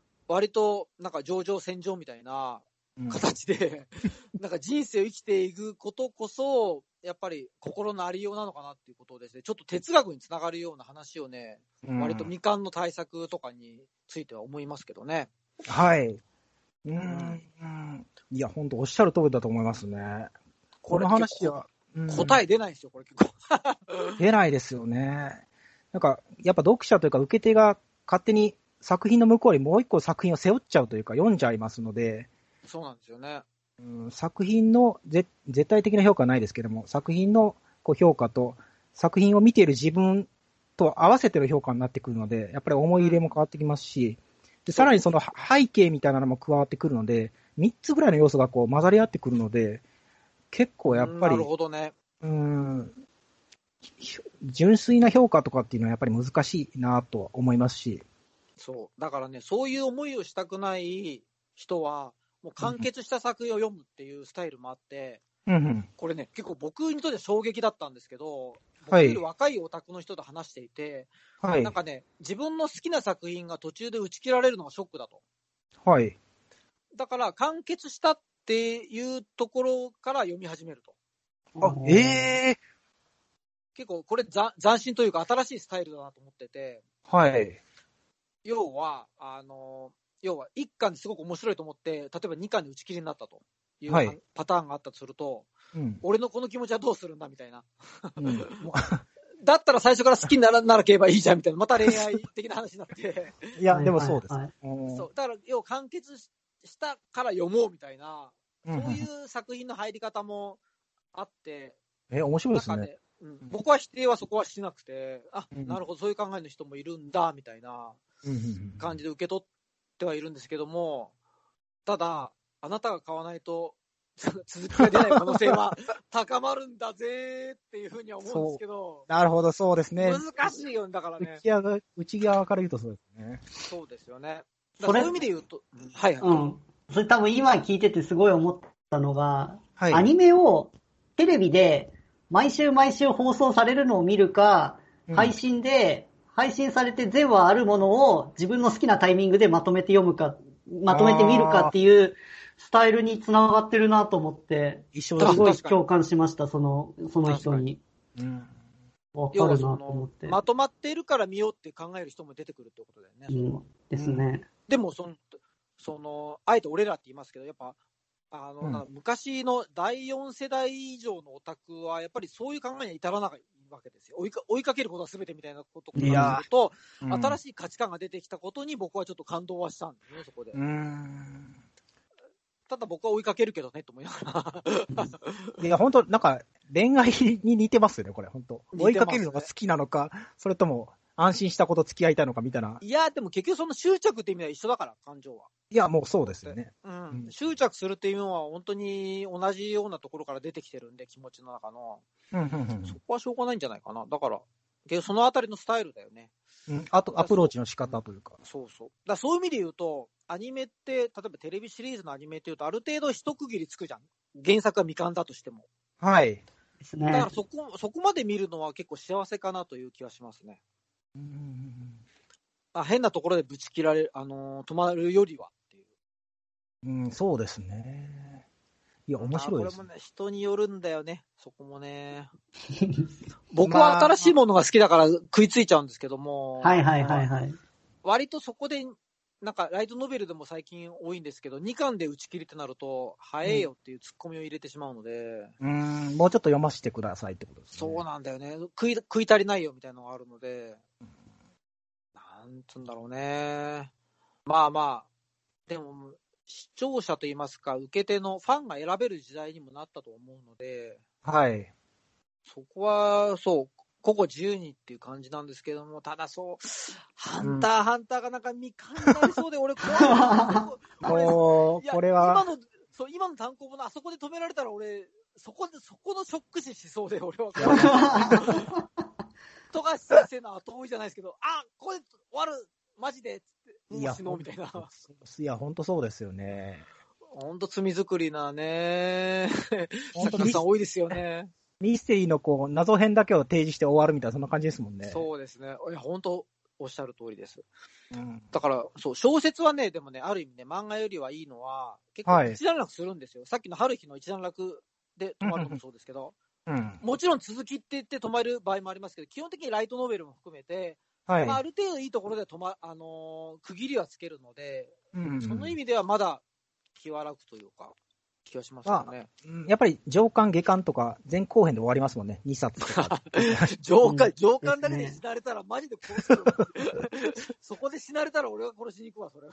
割となんか上場戦場みたいな形で、うん、なんか人生を生きていくことこそ、やっぱり心のありようなのかなっていうことをですね、ちょっと哲学につながるような話をね、うん、割と未完の対策とかについては思いますけどね。 はい。うん。うん、いや、本当おっしゃる通りだと思いますね。この話は。 答え出ないですよ、これ結構。 出ないですよね。なんか、やっぱ読者というか受け手が勝手に作品の向こうにもう一個作品を背負っちゃうというか読んじゃいますので。 そうなんですよね。 うん、作品の絶対的な評価はないですけども、作品のこう評価と作品を見ている自分と合わせての評価になってくるので、やっぱり思い入れも変わってきますし、でさらにその背景みたいなのも加わってくるので、みっつぐらいの要素がこう混ざり合ってくるので、結構やっぱり、 なるほどね。 うーん、純粋な評価とかっていうのはやっぱり難しいなと思いますし。 そう。だからね、そういう思いをしたくない人は、もう完結した作品を読むっていうスタイルもあって、うんうん、これね、結構僕にとって衝撃だったんですけど、僕より若いオタクの人と話していて、はい、なんかね、自分の好きな作品が途中で打ち切られるのがショックだと。はい。だから完結したっていうところから読み始めると。 あ、ええー、 結構これ斬新というか新しいスタイルだなと思ってて。はい。要は、あの、要は一巻ですごく面白いと思って、例えば二巻で打ち切りになったというパターンがあったとすると、はい、うん、俺のこの気持ちはどうするんだみたいな。うん、だったら最初から好きにならなければいいじゃんみたいな、また恋愛的な話になって。 いや、でもそうです。 そう。だから、要は完結したから読もうみたいな、そういう作品の入り方もあって、 うん、え、面白いですね。 ね、うん。僕は否定はそこはしなくて、あ、うん、なるほど、そういう考えの人もいるんだ、みたいな感じで受け取ってはいるんですけども、ただ、あなたが買わないと、続きが出ない可能性は高まるんだぜっていうふうには思うんですけど。 なるほど、そうですね。 難しいよ、だからね。 内側、内側から言うとそうですね。 そうですよね。そういう意味で言うと、はいはい。 うん。それ多分今聞いててすごい思ったのが、はい、アニメをテレビで毎週毎週放送されるのを見るか、うん、配信で、配信されて全話あるものを自分の好きなタイミングでまとめて読むか、まとめて見るかっていうスタイルにつながってるなと思って、一緒すごい共感しました、その、その人に。うん。わかるなと思って。 まとまっているから見ようって考える人も出てくるってことだよね。 うん、ですね。 でもその、 その、あえて俺らって言いますけど、やっぱ、あの、うん、なんか昔のだいよん世代以上のオタクは、やっぱりそういう考えには至らないわけですよ。追いか、追いかけることは全てみたいなことを考えると、うん、新しい価値観が出てきたことに僕はちょっと感動はしたんですね、そこで。うーん、ただ僕は追いかけるけどね、と思いながら。 いや、本当なんか、恋愛に似てますよね、これ、本当、ね、追いかけるのが好きなのか、それとも、安心したこと付き合いたいのかみたいな。 いや、でも結局その執着って意味は一緒だから、感情は。 いや、もうそうですよね。 うん。うん、執着するっていうのは本当に同じようなところから出てきてるんで、気持ちの中の。うんうんうん、そこはしょうがないんじゃないかな。だから、結局そのあたりのスタイルだよね。 うん。あと、アプローチの仕方というか。 そうそう。だそういう意味で言うと、アニメって、例えばテレビシリーズのアニメって言うと、ある程度一区切りつくじゃん。原作が未完だとしても。 はい。 ですね。だからそこ、そこまで見るのは結構幸せかなという気はしますね。うんうんうん、あ、変なところでぶち切られる、あのー、止まるよりはっていう。 うん、そうですね。いや、面白いです、ね。 これもね、人によるんだよね、そこもね。僕は新しいものが好きだから食いついちゃうんですけども。 はいはいはいはい。 割とそこで、なんかライトノベルでも最近多いんですけど、にかんで打ち切りってなると、早えよっていうツッコミを入れてしまうので。 うん、うん、もうちょっと読ませてくださいってことですね。 そうなんだよね。食い、食い足りないよみたいなのがあるので。なんつうんだろうね。まあまあ、でも、視聴者といいますか、受け手のファンが選べる時代にもなったと思うので、 はい。 そこは、そう、個々自由にっていう感じなんですけども、ただそう、ハンター、うん、ハンターがなんか未完になりそうで、俺怖い。 これ、これは。 今の、そう、今の単行本のあそこで止められたら俺、そこで、そこのショック死しそうで、俺は。富樫先生の後追いじゃないですけど、あ、ここで終わる、マジでっつって、もう死のうみたいな。 いや、ほんとそうですよね。 ほんと罪作りなね。作家さん多いですよね。 ミステリーのこう、謎編だけを提示して終わるみたいな、そんな感じですもんね。 そうですね。いや、ほんと、おっしゃる通りです。うん、だから、そう、小説はね、でもね、ある意味ね、漫画よりはいいのは、結構一段落するんですよ。はい、さっきの春日の一段落で止まるのもそうですけど、うん、もちろん続きって言って止まる場合もありますけど、基本的にライトノベルも含めて、はい、まあ、ある程度いいところで止ま、あのー、区切りはつけるので、うんうん、その意味ではまだ気は楽というか、気がしますよね。 やっぱり上巻下巻とか前後編で終わりますもんね、にさつとか。 上巻、上巻だけで死なれたらマジで殺すよ。そこで死なれたら俺が殺しに行くわ、それは。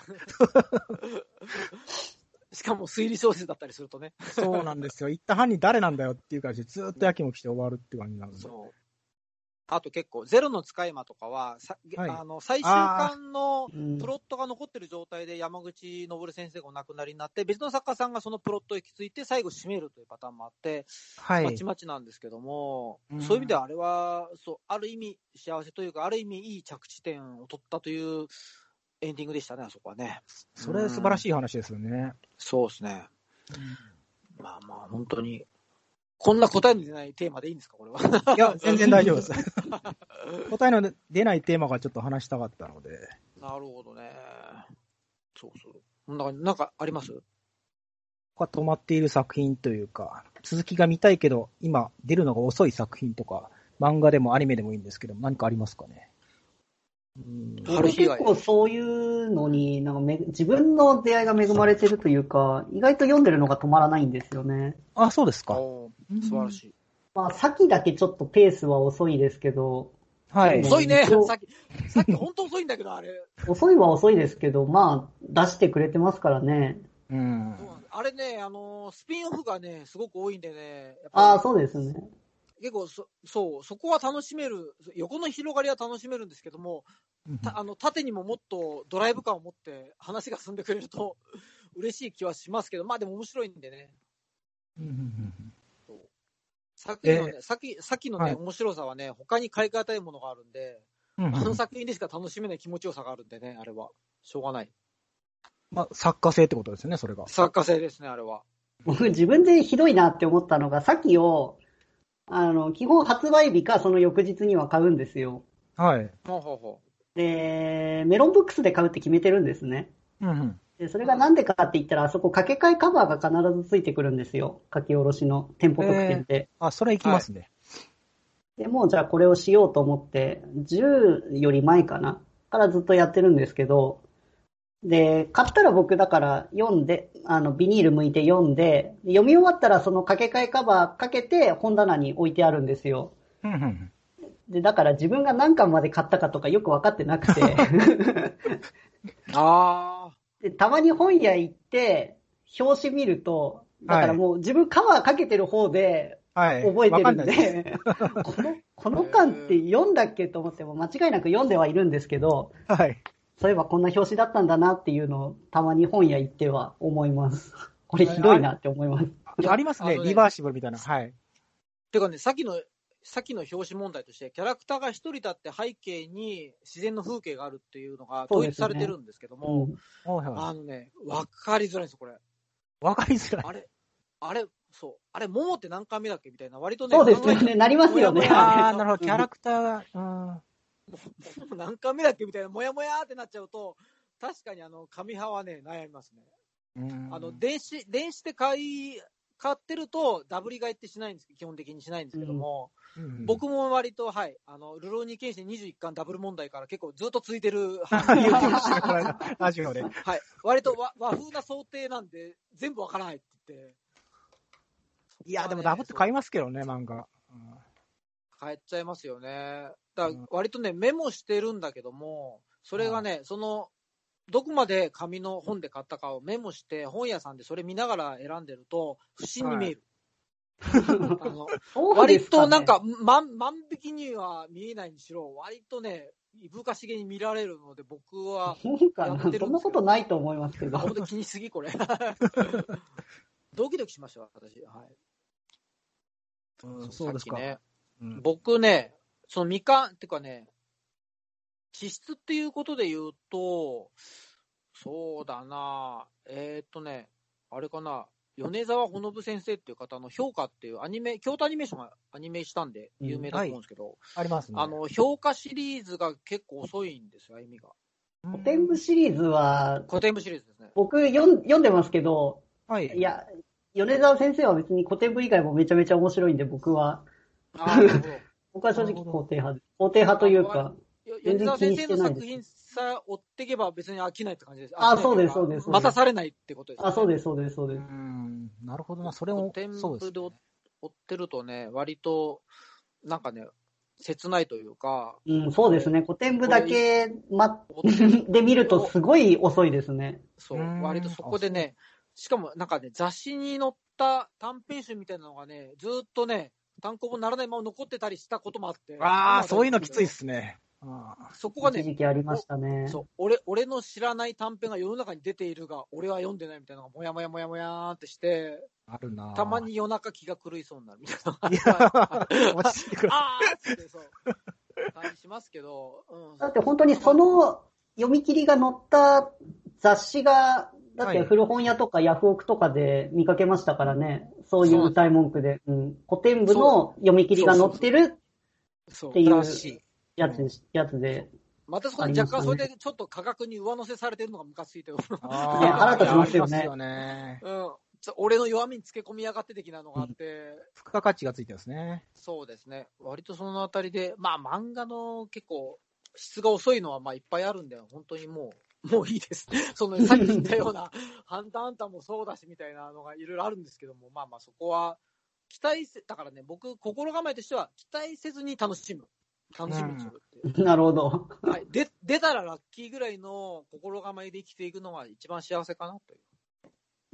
しかも推理小説だったりするとね。 そうなんですよ。言った犯人誰なんだよっていう感じでずーっとやきもきして終わるって感じになるんで。そう。 あと結構、ゼロの使い魔とかは、さはい、あの最終巻のプロットが残ってる状態で山口昇先生がお亡くなりになって、別の作家さんがそのプロットを引き継いで最後締めるというパターンもあって、はい、まちまちなんですけども、うん、そういう意味ではあれは、そう、ある意味幸せというか、ある意味いい着地点を取ったというエンディングでしたね、あそこはね。 それ素晴らしい話ですよね。うん、 そうですね。うん、まあまあ、本当に。こんな答えの出ないテーマでいいんですか、これは。 いや、全然大丈夫です。答えの出ないテーマがちょっと話したかったので。 なるほどね。そうそう。なんか、なんかあります？ 止まっている作品というか、続きが見たいけど、今出るのが遅い作品とか、漫画でもアニメでもいいんですけど、何かありますかね。 うん、結構そういうのになんかめ自分の出会いが恵まれてるというか、意外と読んでるのが止まらないんですよね。 あ、そうですか。 素晴らしい。 まあ、さっきだけちょっとペースは遅いですけど。 はい。遅いね。さっき、さっき本当遅いんだけど、あれ。 遅いは遅いですけど、まあ、出してくれてますからね。 うん。あれね、あのー、スピンオフがね、すごく多いんでね。 ああ、そうですね。 結構そ、そう、そこは楽しめる、横の広がりは楽しめるんですけども、たあの縦にももっとドライブ感を持って話が進んでくれると嬉しい気はしますけど、まあでも面白いんでね。そう作品のね、えー、さっき、さっきのね、はい、面白さはね、他に買い替えたいものがあるんで、うんうん、あの作品でしか楽しめない気持ちよさがあるんでね、あれは。しょうがない。 まあ、作家性ってことですよね、それが。 作家性ですね、あれは。 僕自分でひどいなって思ったのが、さっきを、あの、基本発売日かその翌日には買うんですよ。 はい。 ほうほうほう。で、メロンブックスで買うって決めてるんですね。 うんうん。 で、それがなんでかって言ったら、あそこ掛け替えカバーが必ずついてくるんですよ。書き下ろしの店舗特典で。 えー、あ、それいきますね。 はい、で、もうじゃあこれをしようと思って、じゅうより前かなからずっとやってるんですけど、 で、買ったら僕だから読んで、あの、ビニール剥いて読んで、読み終わったらその掛け替えカバーかけて本棚に置いてあるんですよ。で、だから自分が何巻まで買ったかとかよく分かってなくて。 あで、たまに本屋行って、表紙見ると、だからもう自分カバーかけてる方で、覚えてるんで、はい、この、この巻って読んだっけと思っても間違いなく読んではいるんですけど、はい。そういえばこんな表紙だったんだなっていうのをたまに本屋行っては思います。これひどいなって思います。 あ, ありますね、ねリバーシブルみたいな。はい。 てかね、さっきの、さっきの表紙問題として、キャラクターが一人立って背景に自然の風景があるっていうのが統一されてるんですけども、ねうん、あのね、わかりづらいんですよ、これ。 わかりづらい。 あれ、あれ、そう。あれ、桃って何回目だっけみたいな、割とね。 そうですね、なりますよね。 ああ、なるほど、キャラクターが、うん。 もう何回目だっけみたいな、もやもやってなっちゃうと、確かにあの、紙派はね、悩みますね。うんあの、電子、電子で買い、買ってると、ダブり買いってしないんです、基本的にしないんですけども、うんうん、僕も割と、はい、あの、ルローニケンシンにじゅういっかんダブル問題から結構ずっと続いてる、 ラジオで。 はい、割と和和風な想定なんで、全部わからないって言って。 いや、でもダブって買いますけどね、漫画。うん、 買っちゃいますよね。だから割とね、メモしてるんだけども、それがね、うん、その、どこまで紙の本で買ったかをメモして、本屋さんでそれ見ながら選んでると、不審に見える。はい、あの割となんか、万、万引きには見えないにしろ、割とね、いぶかしげに見られるので、僕はやってるんですよ。 そんなことないと思いますけど。 本当に気にしすぎ、これ。ドキドキしました、私。はい。 うん、そうですか。 ねうん、僕ね、そのみかん、っていうかね、地質っていうことで言うと、そうだなえー、っとね、あれかな、米沢ほのぶ先生っていう方の評価っていうアニメ、京都アニメーションがアニメしたんで有名だと思うんですけど、うんはい、 ありますね。 あの、評価シリーズが結構遅いんですよ、歩みが。 古典部シリーズは、 古典部シリーズですね。 僕読ん、読んでますけど、はい。いや、米沢先生は別に古典部以外もめちゃめちゃ面白いんで、僕は。あ僕は正直肯定派です。肯定派というか。 米沢先生の作品さ追っていけば別に飽きないって感じです。 あ、そうです、そうです。 待たされないってことです、ね。 あ、そうです、そうです、そうです。うん、なるほどな、それも。 古典部で追ってるとね、割と、なんかね、切ないというか。 うん、そうですね。古典部だけ、ま、で見るとすごい遅いですね。 そう、割とそこでね、しかもなんかね、雑誌に載った短編集みたいなのがね、ずっとね、単行本にならないまま残ってたりしたこともあって。 ああ、そういうのきついっすね。 あそこがね、 一時期ありましたね。 そう、俺、俺の知らない短編が世の中に出ているが、俺は読んでないみたいなのがもやもやもやもやーってして、 あるなたまに夜中気が狂いそうになるみたいな。いや、落ちてくる。あーってそう。感じしますけど、 うん。だって本当にその読み切りが載った雑誌が、だって古本屋とかヤフオクとかで見かけましたからね。そういう歌い文句で。うん。古典部の読み切りが載ってるっていうやつ、やつで。 またそこに若干それでちょっと価格に上乗せされてるのがムカついてる。 ああ、腹立ちますよね。 よね。 うん。俺の弱みにつけ込みやがって的なのがあって、うん、 付加価値がついてますね。 そうですね。割とそのあたりで、まあ漫画の結構質が遅いのはまあいっぱいあるんで、本当にもう、もういいです。そのさっき言ったような、ハンターハンターもそうだしみたいなのがいろいろあるんですけども、まあまあそこは、期待せ、だからね、僕、心構えとしては、期待せずに楽しむ。楽しみにするっていう。 なるほど。 はい。で、出たらラッキーぐらいの心構えで生きていくのが一番幸せかなという。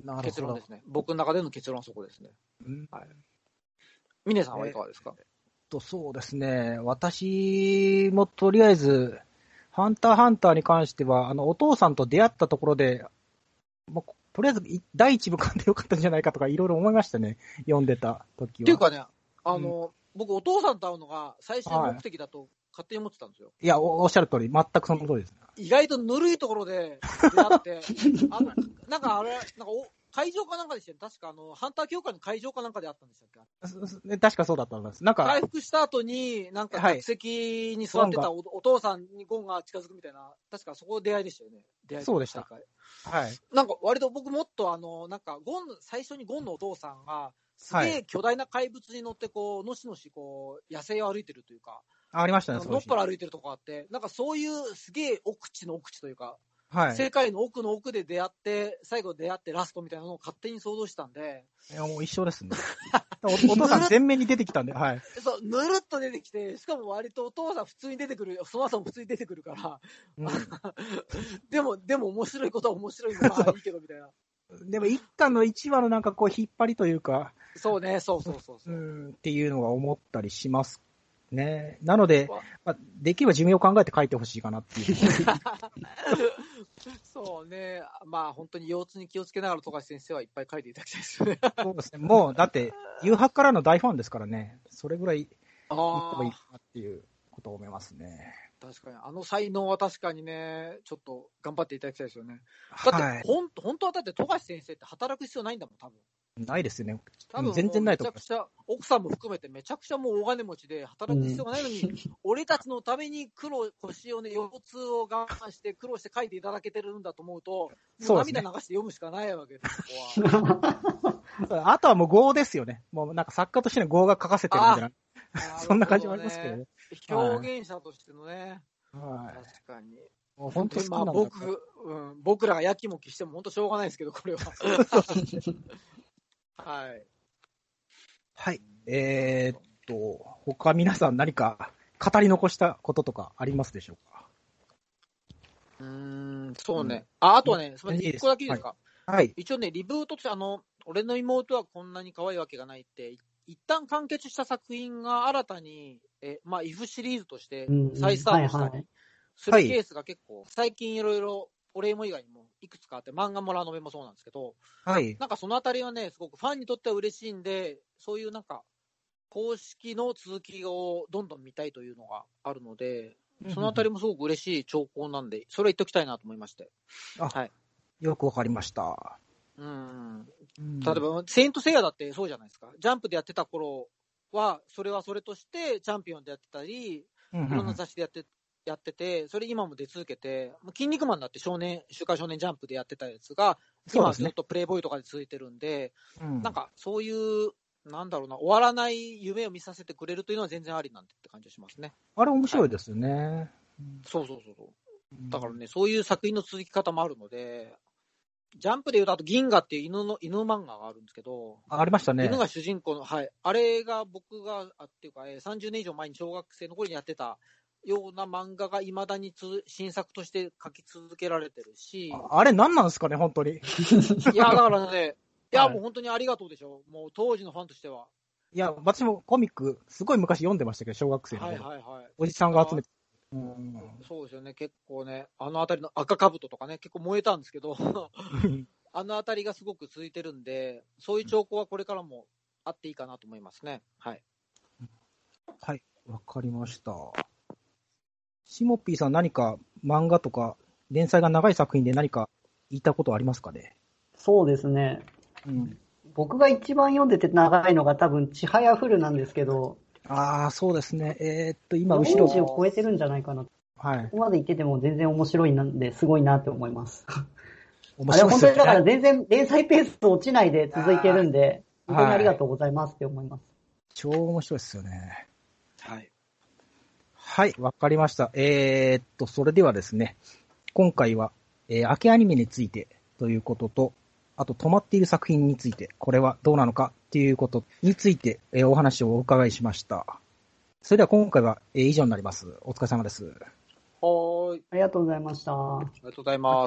なるほど。結論ですね。僕の中での結論はそこですね。うん、はい。峰さんはいかがですか？ えー、と、そうですね。私もとりあえず、ハンターハンターに関しては、あの、お父さんと出会ったところで、もうとりあえず第一部間でよかったんじゃないかとかいろいろ思いましたね。読んでた時は。 っていうかね、あの、うん、僕お父さんと会うのが最終目的だと勝手に思ってたんですよ。 いや、お、おっしゃる通り、全くその通りです。 意外とぬるいところで出会って、あの、なんかあれ、なんかお、会場かなんかでしたよね。確かあの、ハンター協会の会場かなんかであったんでしたっけ？確かそうだったんです。なんか。 回復した後に、なんか客席に座ってた お,、はい、お父さんにゴンが近づくみたいな、確かそこ出会いでしたよね。出会い。 そうでした。はい。 なんか割と僕もっとあの、なんかゴン、最初にゴンのお父さんが、すげえ巨大な怪物に乗ってこう、のしのしこう、野生を歩いてるというか。 ありましたね、 のっぱら歩いてるとこあって、なんかそういうすげえ奥地の奥地というか、 はい、世界の奥の奥で出会って、最後出会ってラストみたいなのを勝手に想像したんで。 いや、もう一緒ですね。お, お父さん全面に出てきたんで、はい。 そう、ぬるっと出てきて、しかも割とお父さん普通に出てくる、その後も普通に出てくるから。うん、でも、でも面白いことは面白いのまあいいけどみたいな。でも一巻の一話のなんかこう引っ張りというか。 そうね、そうそうそうそう。 うんっていうのは思ったりしますね。なので、まあ、できれば寿命を考えて書いてほしいかなっていう。 そうね。まあ本当に腰痛に気をつけながら富樫先生はいっぱい書いていただきたいですね。 そうですね。もう、だって、誘白からの大ファンですからね。それぐらい、いった方がいいなっていうことを思いますね。 確かに。あの才能は確かにね、ちょっと頑張っていただきたいですよね。だって、はい、ほん本当はだって富樫先生って働く必要ないんだもん、多分。 ないですよね。 多分全然ないと思う。めちゃくちゃ、奥さんも含めてめちゃくちゃもう大金持ちで働く必要がないのに、うん、俺たちのために苦労、腰をね、腰痛を我慢して苦労して書いていただけてるんだと思うと、もう涙流して読むしかないわけです、ここは。あとはもう業ですよね。もうなんか作家としての業が書かせてるみたいな。そんな感じもありますけどね。 表現者としてのね。 はい。 確かに。 もう本当にまあ僕、うん、僕らがやきもきしても本当しょうがないですけど、これは。はい。 はい。えー、っと、他皆さん何か語り残したこととかありますでしょうか？ うーん、そうね。うん、あ、あとはね、すみません、一個だけいいですか？ はい。はい、 一応ね、リブートとして、あの、俺の妹はこんなに可愛いわけがないって、一旦完結した作品が新たに、え、まあ、イフシリーズとして再スタートしたりするケースが結構、最近いろいろ、俺も以外にもいくつかあって、漫画もラノベもそうなんですけど、 はい。 なんかそのあたりはね、すごくファンにとっては嬉しいんで、そういうなんか、公式の続きをどんどん見たいというのがあるので、そのあたりもすごく嬉しい兆候なんで、それは言っときたいなと思いまして。 あ、はい。よくわかりました。 うん。例えば、セイントセイヤだってそうじゃないですか。ジャンプでやってた頃は、それはそれとして、チャンピオンでやってたり、いろんな雑誌でやって、やってて、それ今も出続けて、筋肉マンだって少年、週刊少年ジャンプでやってたやつが、今ずっとプレイボーイとかで続いてるんで、うん、なんかそういう、なんだろうな、終わらない夢を見させてくれるというのは全然ありなんてって感じがしますね。 あれ面白いですよね。はい、 そうそうそうそう。だからね、そういう作品の続き方もあるので、ジャンプで言うと、あと銀河っていう犬の、犬漫画があるんですけど、 あ、ありましたね。 犬が主人公の、はい。あれが僕が、あっていうか、えー、さんじゅうねん以上前に小学生の頃にやってたような漫画が未だにつ新作として書き続けられてるし。 あ, あれ何なんですかね、本当に。 いや、だからね、いや、もう本当にありがとうでしょ。もう当時のファンとしては。 いや、私もコミック、すごい昔読んでましたけど、小学生の頃。はいはいはい。おじさんが集めて。 うん、そうですよね。結構ね、あのあたりの赤兜とかね、結構燃えたんですけど、あのあたりがすごく続いてるんで、そういう兆候はこれからもあっていいかなと思いますね。はい。 はい、わかりました。シモピーさん、何か漫画とか連載が長い作品で何か言ったことありますかね？ そうですね。うん、僕が一番読んでて長いのが多分、ちはやふるなんですけど。 ああ、そうですね。えー、っと、今、後ろ。 よんじゅうを超えてるんじゃないかな。はい。ここまで行ってても全然面白いなんで、すごいなって思います。面白いですね。あれ本当にだから全然連載ペース落ちないで続いてるんで、本当にありがとうございますって思います。はい、 超面白いですよね。 はい。 はい、わかりました。えー、っと、それではですね、今回は、えー、秋アニメについてということと、あと止まっている作品について、これはどうなのかっていうことについて、えー、お話をお伺いしました。それでは今回は、えー、以上になります。お疲れ様です。 はーい。 ありがとうございました。ありがとうございます。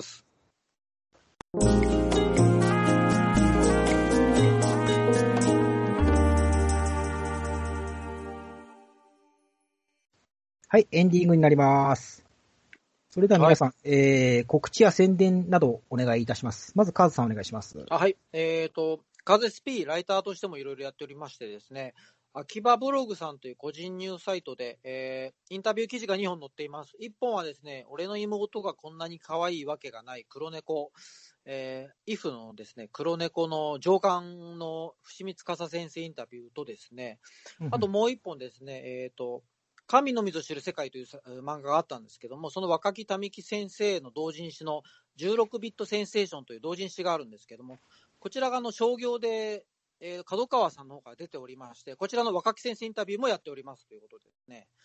はい、エンディングになります。それでは皆さん、はい、えー、告知や宣伝などお願いいたします。まずカズさんお願いします。 あはい、えーと、カズエスピーライターとしてもいろいろやっておりましてですね、秋葉ブログさんという個人ニュースサイトで、えー、インタビュー記事がにほん載っています。いっぽんはですね、俺の妹がこんなに可愛いわけがない黒猫、えー、イフのですね、黒猫の上官の伏見司先生インタビューとですね、あともういっぽんですね、えーと、神の水を知る世界という漫画があったんですけども、その若木民樹先生の同人誌のじゅうろくビットセンセーションという同人誌があるんですけども、こちらがあの商業で、えー、角川さんの方から出ておりまして、こちらの若木先生インタビューもやっておりますということですね。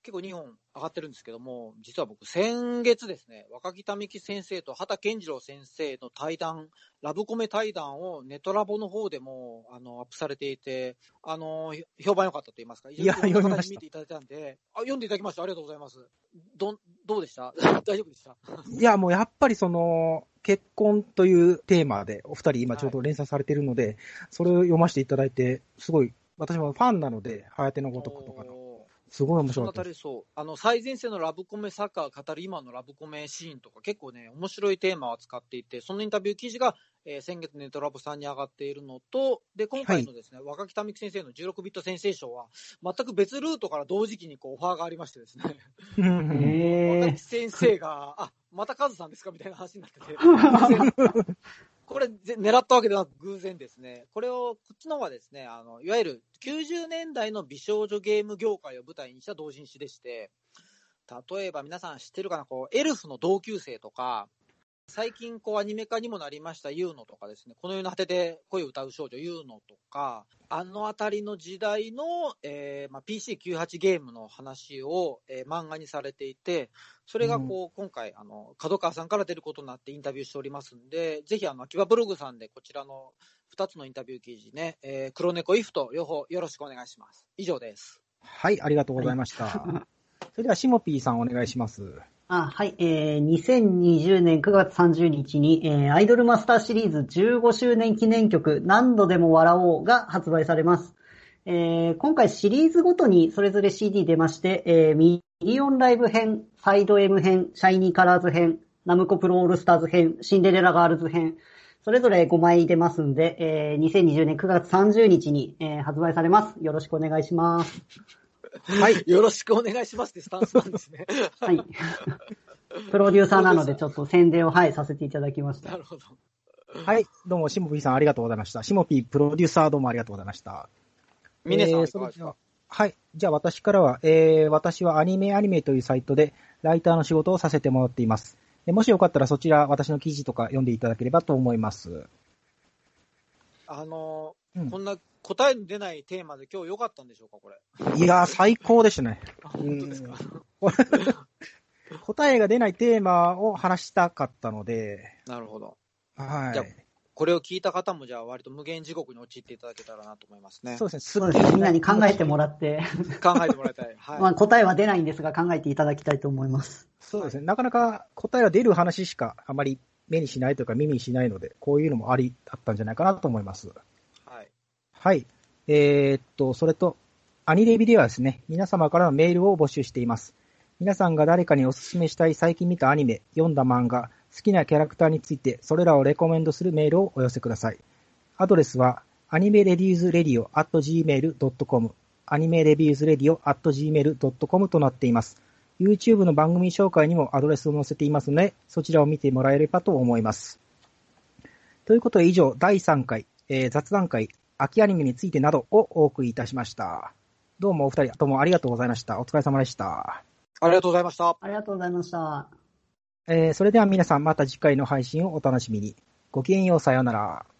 結構にほん上がってるんですけども、実は僕先月ですね、若木民樹先生と畑健次郎先生の対談、ラブコメ対談をネトラボの方でもあのアップされていて、あの評判良かったと言いますか、 いや、読みました。 見ていただいたんで、あ、読んでいただきました。ありがとうございます。ど、どうでした大丈夫でしたいや、もうやっぱりその、結婚というテーマでお二人今ちょうど連載されているので、はい、それを読ませていただいて、すごい、私もファンなので、はやてのごとくとかの。すごい面白かったです。 そう。あの、最前線のラブコメサッカーを語る今のラブコメシーンとか結構ね、面白いテーマを扱っていて、そのインタビュー記事が、えー、先月ネトラボさんに上がっているのと、で、今回のですね、はい、若木民樹先生のじゅうろくビット先生賞は、全く別ルートから同時期にこうオファーがありましてですね。若木先生が、あ、またカズさんですかみたいな話になってて。これ、狙ったわけではなく偶然ですね。これを、こっちの方はですね、あの、いわゆるきゅうじゅうねんだいの美少女ゲーム業界を舞台にした同人誌でして、例えば皆さん知ってるかな、こう、エルフの同級生とか、最近こうアニメ化にもなりましたユーノとかですね、この世の果てで恋を歌う少女ユーノとか、あのあたりの時代の、えーまあ、ピーシーきゅうじゅうはち ゲームの話を、えー、漫画にされていて、それがこう、うん、今回あの角川さんから出ることになってインタビューしておりますんで、ぜひあの秋葉ブログさんでこちらのふたつのインタビュー記事ね、えー、黒猫イフと両方よろしくお願いします。以上です。 はい、ありがとうございました。はい、それではしもぴーさんお願いします。 あ、はい、えー、にせんにじゅうねんくがつさんじゅうにちに、えー、アイドルマスターシリーズじゅうごしゅうねん記念曲何度でも笑おうが発売されます。えー、今回シリーズごとにそれぞれ シーディー 出まして、えー、ミリオンライブ編、サイド M 編、シャイニーカラーズ編、ナムコプロオールスターズ編、シンデレラガールズ編、それぞれごまい出ますんで、えー、にせんにじゅうねんくがつさんじゅうにちに、えー、発売されます。よろしくお願いします。 はい。よろしくお願いしますってスタンスなんですね。 はい。プロデューサーなのでちょっと宣伝を、はい、させていただきました。 なるほど。 はい。どうも、しもぴーさんありがとうございました。しもぴープロデューサーどうもありがとうございました。 ミネさん、えー、それでは、 はい。じゃあ私からは、えー、私はアニメアニメというサイトでライターの仕事をさせてもらっています。もしよかったらそちら私の記事とか読んでいただければと思います。 あのーうん、こんな答えに出ないテーマで今日良かったんでしょうか、これ。 いやー、最高でしたね。 本当ですか。 答えが出ないテーマを話したかったので。 なるほど。 はい。 じゃあこれを聞いた方もじゃあ割と無限地獄に陥っていただけたらなと思いますね。 そうですね。みんなに考えてもらって。 考えてもらいたい。はい。 まあ答えは出ないんですが考えていただきたいと思います。 そうですね。なかなか答えが出る話しかあまり目にしないというか耳にしないので、こういうのもありだったんじゃないかなと思います。 はい。 はい。えー、っと、それと、アニレビではですね、皆様からのメールを募集しています。皆さんが誰かにおすすめしたい最近見たアニメ、読んだ漫画、好きなキャラクターについて、それらをレコメンドするメールをお寄せください。アドレスは、アニメレビューズレディオアットジーメールドットコム、アニメレビューズレディオアットジーメールドットコムとなっています。YouTube の番組紹介にもアドレスを載せていますので、そちらを見てもらえればと思います。ということで以上、だいさんかい、えー、雑談会、秋アニメについてなどをお送りいたしました。どうもお二人、どうもありがとうございました。お疲れ様でした。 ありがとうございました。 ありがとうございました。 えー、それでは皆さんまた次回の配信をお楽しみに。ごきげんよう、さようなら。